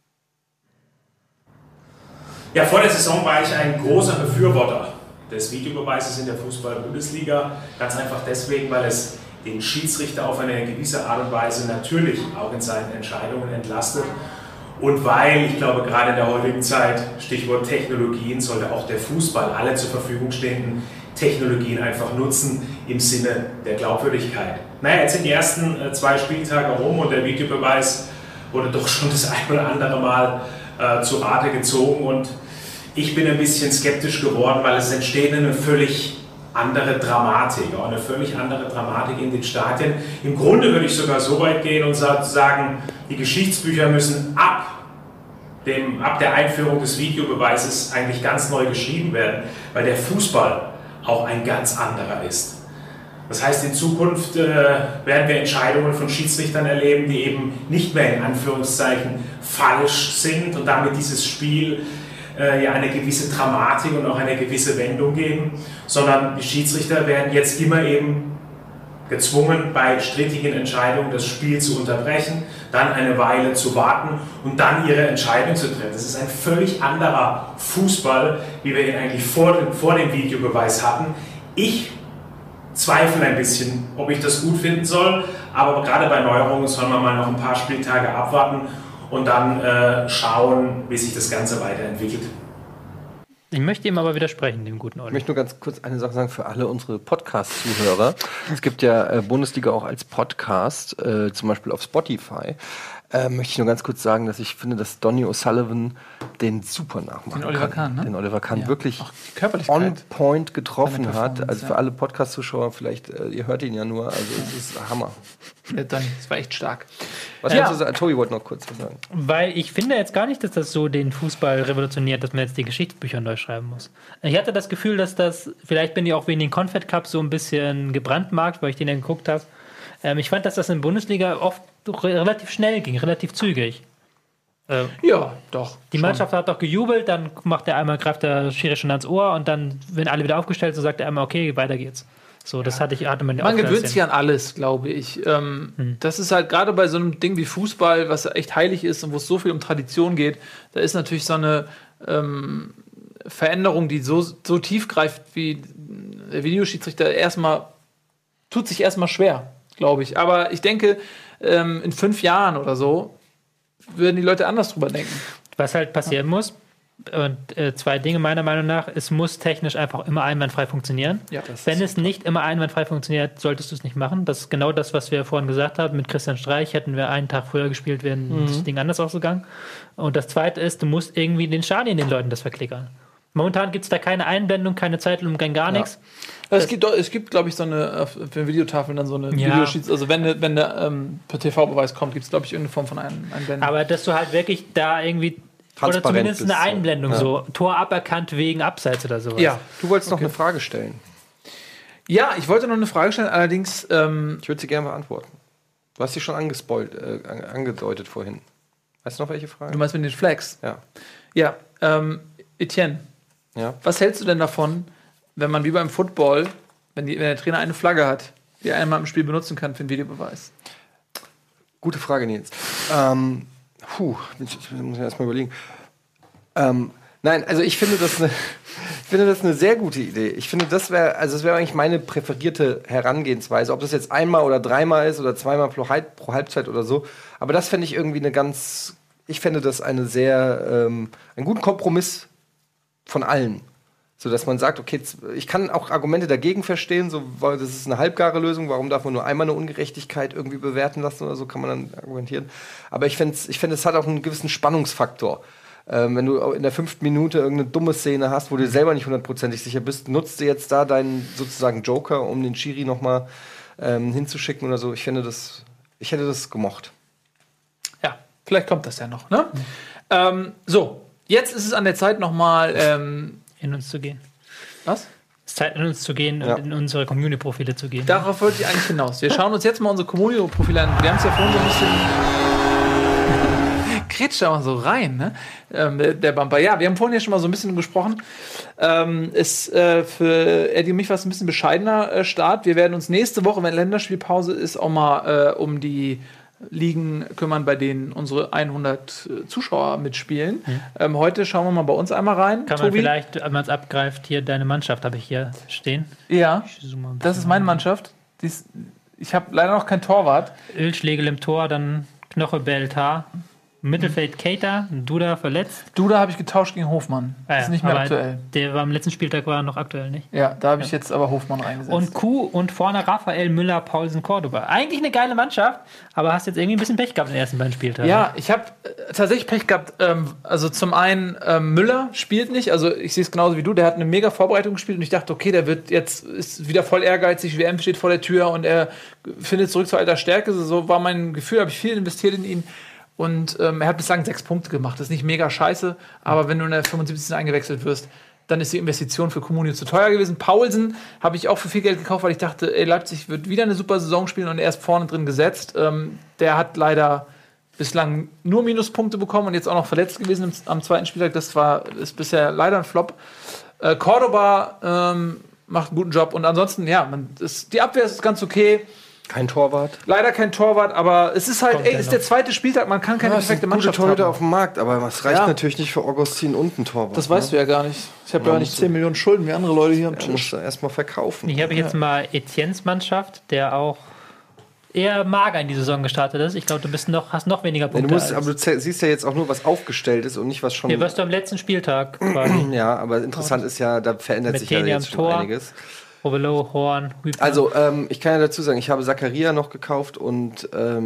Ja, vor der Saison war ich ein großer Befürworter des Videobeweises in der Fußball-Bundesliga. Ganz einfach deswegen, weil es den Schiedsrichter auf eine gewisse Art und Weise natürlich auch in seinen Entscheidungen entlastet. Und weil, ich glaube, gerade in der heutigen Zeit, Stichwort Technologien, sollte auch der Fußball alle zur Verfügung stehenden Technologien einfach nutzen im Sinne der Glaubwürdigkeit. Naja, jetzt sind die ersten 2 Spieltage rum, und der Videobeweis wurde doch schon das ein oder andere Mal zu Rate gezogen, und ich bin ein bisschen skeptisch geworden, weil es entsteht eine völlig andere Dramatik, eine völlig andere Dramatik in den Stadien. Im Grunde würde ich sogar so weit gehen und sagen, die Geschichtsbücher müssen ab der Einführung des Videobeweises eigentlich ganz neu geschrieben werden, weil der Fußball auch ein ganz anderer ist. Das heißt, in Zukunft werden wir Entscheidungen von Schiedsrichtern erleben, die eben nicht mehr in Anführungszeichen falsch sind und damit dieses Spiel eine gewisse Dramatik und auch eine gewisse Wendung geben, sondern die Schiedsrichter werden jetzt immer eben gezwungen, bei strittigen Entscheidungen das Spiel zu unterbrechen, dann eine Weile zu warten und dann ihre Entscheidung zu treffen. Das ist ein völlig anderer Fußball, wie wir ihn eigentlich vor dem Videobeweis hatten. Ich zweifle ein bisschen, ob ich das gut finden soll, aber gerade bei Neuerungen sollen wir mal noch ein paar Spieltage abwarten und dann schauen, wie sich das Ganze weiterentwickelt. Ich möchte ihm aber widersprechen, dem guten Olli. Ich möchte nur ganz kurz eine Sache sagen für alle unsere Podcast-Zuhörer. Es gibt ja Bundesliga auch als Podcast, zum Beispiel auf Spotify. Möchte ich nur ganz kurz sagen, dass ich finde, dass Donny O'Sullivan den super nachmachen Den Oliver Kahn, ne? Den Oliver Kahn wirklich Körperlichkeit. on point getroffen hat. Also für ja. alle Podcast-Zuschauer, vielleicht, ihr hört ihn ja nur, also es ist Hammer. Ja, dann, das war echt stark. Was wolltest du sagen? Tobi wollte noch kurz was sagen. Weil ich finde jetzt gar nicht, dass das so den Fußball revolutioniert, dass man jetzt die Geschichtsbücher neu schreiben muss. Ich hatte das Gefühl, dass das, vielleicht bin ich auch wegen den Confed Cup so ein bisschen gebrandmarkt, weil ich den ja geguckt habe. Ich fand, dass das in der Bundesliga oft relativ schnell ging, relativ zügig. Ja, doch. Die Mannschaft hat doch gejubelt, dann greift der Schiri schon ans Ohr, und dann, wenn alle wieder aufgestellt, so sagt er einmal, okay, weiter geht's. So, das hatte man ja auch. Man gewöhnt sich an alles, glaube ich. Das ist halt gerade bei so einem Ding wie Fußball, was echt heilig ist und wo es so viel um Tradition geht, da ist natürlich so eine Veränderung, die so tief greift, wie der Videoschiedsrichter tut sich erstmal schwer, glaube ich. Aber ich denke, in 5 Jahren oder so würden die Leute anders drüber denken. Was halt passieren muss, und 2 Dinge meiner Meinung nach, es muss technisch einfach immer einwandfrei funktionieren. Ja, wenn es nicht immer einwandfrei funktioniert, solltest du es nicht machen. Das ist genau das, was wir vorhin gesagt haben. Mit Christian Streich hätten wir einen Tag früher gespielt, wäre das Ding anders ausgegangen. Und das Zweite ist, du musst irgendwie den Stadien den Leuten das verklickern. Momentan gibt es da keine Einblendung, keine Zeitlupe, gar nichts. Es gibt, glaube ich, so eine für Videotafeln dann so eine Videoschieds. Also wenn der per TV-Beweis kommt, gibt es, glaube ich, irgendeine Form von Einblendung. Aber dass du halt wirklich da irgendwie oder zumindest eine Einblendung, so Tor aberkannt wegen Abseits oder sowas. Ja. Du wolltest noch eine Frage stellen. Ja, ich wollte noch eine Frage stellen, allerdings ich würde sie gerne beantworten. Du hast sie schon angedeutet vorhin. Weißt du noch welche Frage? Du meinst mit den Flags? Ja. Ja, Etienne. Ja. Was hältst du denn davon, wenn man wie beim Football, wenn der Trainer eine Flagge hat, die er einmal im Spiel benutzen kann für einen Videobeweis? Gute Frage, Nils. Ich muss ja erstmal überlegen. Nein, also ich finde das eine sehr gute Idee. Ich finde, das wäre eigentlich meine präferierte Herangehensweise. Ob das jetzt einmal oder dreimal ist oder zweimal pro Halbzeit oder so. Aber das fände ich irgendwie ich fände das einen guten Kompromiss von allen. So dass man sagt, okay, ich kann auch Argumente dagegen verstehen, so, weil das ist eine halbgare Lösung, warum darf man nur einmal eine Ungerechtigkeit irgendwie bewerten lassen oder so, kann man dann argumentieren. Aber ich finde, es hat auch einen gewissen Spannungsfaktor. Wenn du in der 5. Minute irgendeine dumme Szene hast, wo du selber nicht hundertprozentig sicher bist, nutzt du jetzt da deinen sozusagen Joker, um den Schiri nochmal hinzuschicken oder so. Ich hätte das gemocht. Ja, vielleicht kommt das ja noch, ne? So, jetzt ist es an der Zeit nochmal in uns zu gehen. Was? Es ist Zeit, in uns zu gehen und in unsere Community-Profile zu gehen. Darauf wollte ich eigentlich hinaus. Wir schauen uns jetzt mal unsere Community-Profile an. Wir haben es ja vorhin so ein bisschen kretscht da mal so rein, ne? Der Bumper. Ja, wir haben vorhin ja schon mal so ein bisschen gesprochen. Ist für Eddie und mich was ein bisschen bescheidener Start. Wir werden uns nächste Woche, wenn Länderspielpause ist, auch mal um die Ligen kümmern, bei denen unsere 100 Zuschauer mitspielen. Heute schauen wir mal bei uns einmal rein. Kann man vielleicht, wenn man es abgreift, hier deine Mannschaft habe ich hier stehen. Ja, das ist meine Mannschaft. Ich habe leider noch keinen Torwart. Ölschlegel im Tor, dann Knoche Beltar. Mittelfeld Keita, Duda verletzt. Duda habe ich getauscht gegen Hofmann. Das ist nicht mehr aktuell. Der war am letzten Spieltag noch aktuell nicht. Ja, da habe ich jetzt aber Hofmann reingesetzt. Und Kuh und vorne Raphael Müller, Paulsen, Cordoba. Eigentlich eine geile Mannschaft, aber hast jetzt irgendwie ein bisschen Pech gehabt in den ersten beiden Spieltagen. Ja, ich habe tatsächlich Pech gehabt. Also zum einen, Müller spielt nicht. Also ich sehe es genauso wie du. Der hat eine mega Vorbereitung gespielt und ich dachte, okay, der ist wieder voll ehrgeizig. WM steht vor der Tür und er findet zurück zur alter Stärke. So war mein Gefühl, habe ich viel investiert in ihn. Und er hat bislang 6 Punkte gemacht. Das ist nicht mega scheiße, aber wenn du in der 75. eingewechselt wirst, dann ist die Investition für Comunio zu teuer gewesen. Paulsen habe ich auch für viel Geld gekauft, weil ich dachte, Leipzig wird wieder eine super Saison spielen und er ist vorne drin gesetzt. Der hat leider bislang nur Minuspunkte bekommen und jetzt auch noch verletzt gewesen am zweiten Spieltag. Ist bisher leider ein Flop. Cordoba macht einen guten Job und ansonsten, ja, die Abwehr ist ganz okay. Kein Torwart. Leider kein Torwart, aber es ist halt, ist der zweite Spieltag, man kann keine perfekte Mannschaft haben. Torhüter auf dem Markt, aber das reicht natürlich nicht für Augustin und ein Torwart. Das weißt du ja gar nicht. Ich habe ja nicht 10 Millionen Schulden wie andere Leute hier am Tisch. Musst du erstmal verkaufen. Ich habe jetzt mal Etiennes Mannschaft, der auch eher mager in die Saison gestartet ist. Ich glaube, hast noch weniger Punkte. Aber du siehst ja jetzt auch nur, was aufgestellt ist und nicht, was schon... Hier wirst du am letzten Spieltag quasi. Ja, aber interessant ist ja, da verändert sich ja jetzt schon einiges. Robelo, Horn, Hübner. Also, ich kann ja dazu sagen, ich habe Zakaria noch gekauft und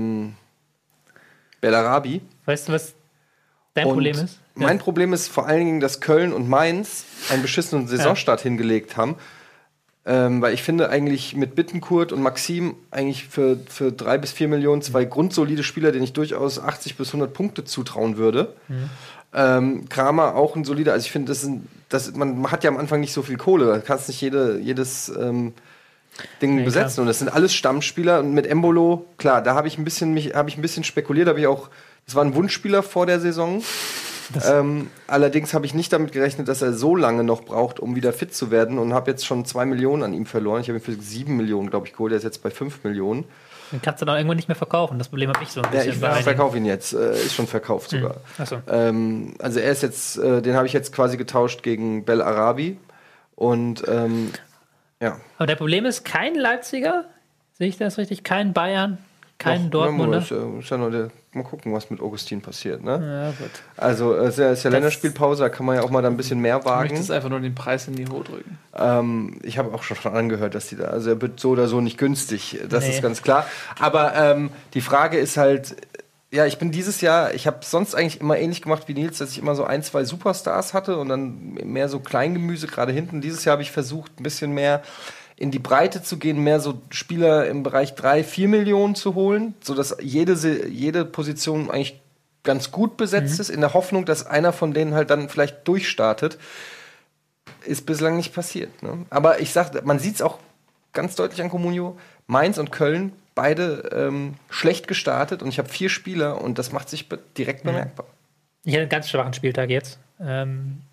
Bellarabi. Weißt du, was dein Problem ist? Mein Problem ist vor allen Dingen, dass Köln und Mainz einen beschissenen Saisonstart hingelegt haben. Weil ich finde eigentlich mit Bittencourt und Maxim eigentlich für 3 bis 4 Millionen 2 grundsolide Spieler, denen ich durchaus 80 bis 100 Punkte zutrauen würde. Kramer auch ein solider, also ich finde, man hat ja am Anfang nicht so viel Kohle, du kannst nicht jedes Ding besetzen. Klar. Und das sind alles Stammspieler und mit Embolo, klar, da habe ich ein bisschen spekuliert, das war ein Wunschspieler vor der Saison. Allerdings habe ich nicht damit gerechnet, dass er so lange noch braucht, um wieder fit zu werden und habe jetzt schon 2 Millionen an ihm verloren. Ich habe ihn für 7 Millionen, glaube ich, geholt, der ist jetzt bei 5 Millionen. Den kannst du dann irgendwann nicht mehr verkaufen. Das Problem habe ich so ein bisschen. Ja, ich verkaufe ihn jetzt. Ist schon verkauft sogar. Achso. Also er ist jetzt, den habe ich jetzt quasi getauscht gegen Bellarabi. Und ja. Aber der Problem ist, kein Leipziger, sehe ich das richtig? Kein Bayern, kein Dortmunder. Ist ja nur mal gucken, was mit Augustin passiert. Ne? Ja, gut. Also es ist ja Länderspielpause, da kann man ja auch mal da ein bisschen mehr wagen. Du möchtest einfach nur den Preis in die Hohe drücken. Ich habe auch schon angehört, dass also er wird so oder so nicht günstig, das ist ganz klar. Aber die Frage ist halt, ja, ich habe sonst eigentlich immer ähnlich gemacht wie Nils, dass ich immer so 1, 2 Superstars hatte und dann mehr so Kleingemüse gerade hinten. Dieses Jahr habe ich versucht, ein bisschen mehr in die Breite zu gehen, mehr so Spieler im Bereich 3, 4 Millionen zu holen, sodass jede Position eigentlich ganz gut besetzt ist, in der Hoffnung, dass einer von denen halt dann vielleicht durchstartet. Ist bislang nicht passiert. Ne? Aber ich sag, man sieht es auch ganz deutlich an Comunio. Mainz und Köln, beide schlecht gestartet und ich habe 4 Spieler und das macht sich direkt bemerkbar. Ich hatte einen ganz schwachen Spieltag jetzt.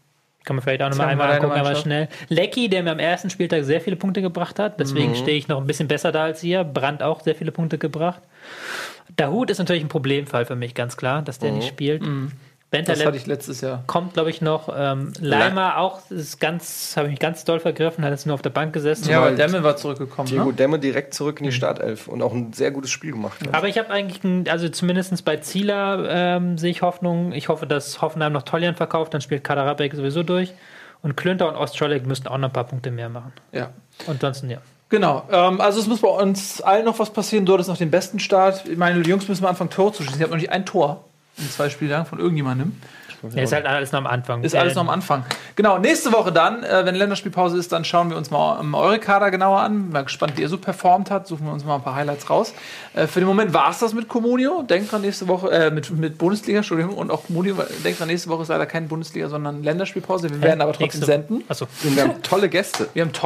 Kann man vielleicht auch nochmal einmal angucken, aber schnell. Lecky, der mir am ersten Spieltag sehr viele Punkte gebracht hat, deswegen stehe ich noch ein bisschen besser da als ihr. Brandt auch sehr viele Punkte gebracht. Dahut ist natürlich ein Problemfall für mich, ganz klar, dass der nicht spielt. Das hatte ich letztes Jahr. Kommt, glaube ich, noch. Leimer auch, habe ich mich ganz doll vergriffen, hat jetzt nur auf der Bank gesessen. Ja, aber Demme war zurückgekommen. Diego Demme direkt zurück in die Startelf und auch ein sehr gutes Spiel gemacht. Aber ich habe eigentlich, also zumindest bei Zieler sehe ich Hoffnung. Ich hoffe, dass Hoffenheim noch Toljan verkauft, dann spielt Kaderabek sowieso durch. Und Klünter und Ostscholek müssten auch noch ein paar Punkte mehr machen. Ja. Und ansonsten, ja. Genau, also es muss bei uns allen noch was passieren. Du hattest noch den besten Start. Meine Jungs müssen mal anfangen, Tor zu schießen. Ich habe noch nicht ein Tor in 2 Spielen lang von irgendjemandem. Ja, ist halt alles noch am Anfang. Ist alles noch am Anfang. Genau, nächste Woche dann, wenn Länderspielpause ist, dann schauen wir uns mal eure Kader genauer an. Mal gespannt, wie ihr so performt habt. Suchen wir uns mal ein paar Highlights raus. Für den Moment war es das mit Comunio. Denkt dran, nächste Woche, mit Bundesliga, Entschuldigung, und auch Comunio. Denkt dran, nächste Woche ist leider keine Bundesliga, sondern Länderspielpause. Wir werden aber trotzdem senden. Achso. Und wir haben tolle Gäste.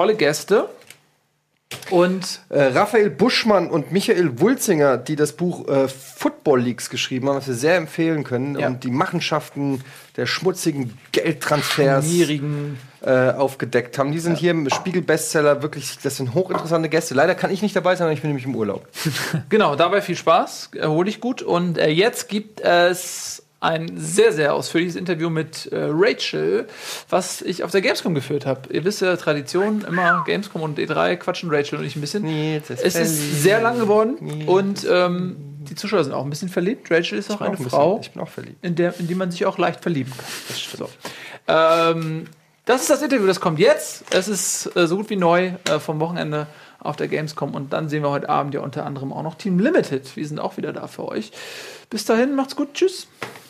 Und Raphael Buschmann und Michael Wulzinger, die das Buch Football Leaks geschrieben haben, was wir sehr empfehlen können, und die Machenschaften der schmutzigen Geldtransfers aufgedeckt haben. Die sind hier im Spiegel-Bestseller wirklich, das sind hochinteressante Gäste. Leider kann ich nicht dabei sein, weil ich bin nämlich im Urlaub. Genau, dabei viel Spaß, erhol dich gut. Und jetzt gibt es ein sehr, sehr ausführliches Interview mit Rachel, was ich auf der Gamescom geführt habe. Ihr wisst ja, Tradition, immer Gamescom und E3 quatschen Rachel und ich ein bisschen. Es ist sehr lang geworden und die Zuschauer sind auch ein bisschen verliebt. Rachel ist auch eine Frau, ich bin auch verliebt. in die man sich auch leicht verlieben kann. Das stimmt. So. Das ist das Interview, das kommt jetzt. Es ist so gut wie neu vom Wochenende auf der Gamescom und dann sehen wir heute Abend ja unter anderem auch noch Team Limited. Wir sind auch wieder da für euch. Bis dahin, macht's gut, tschüss.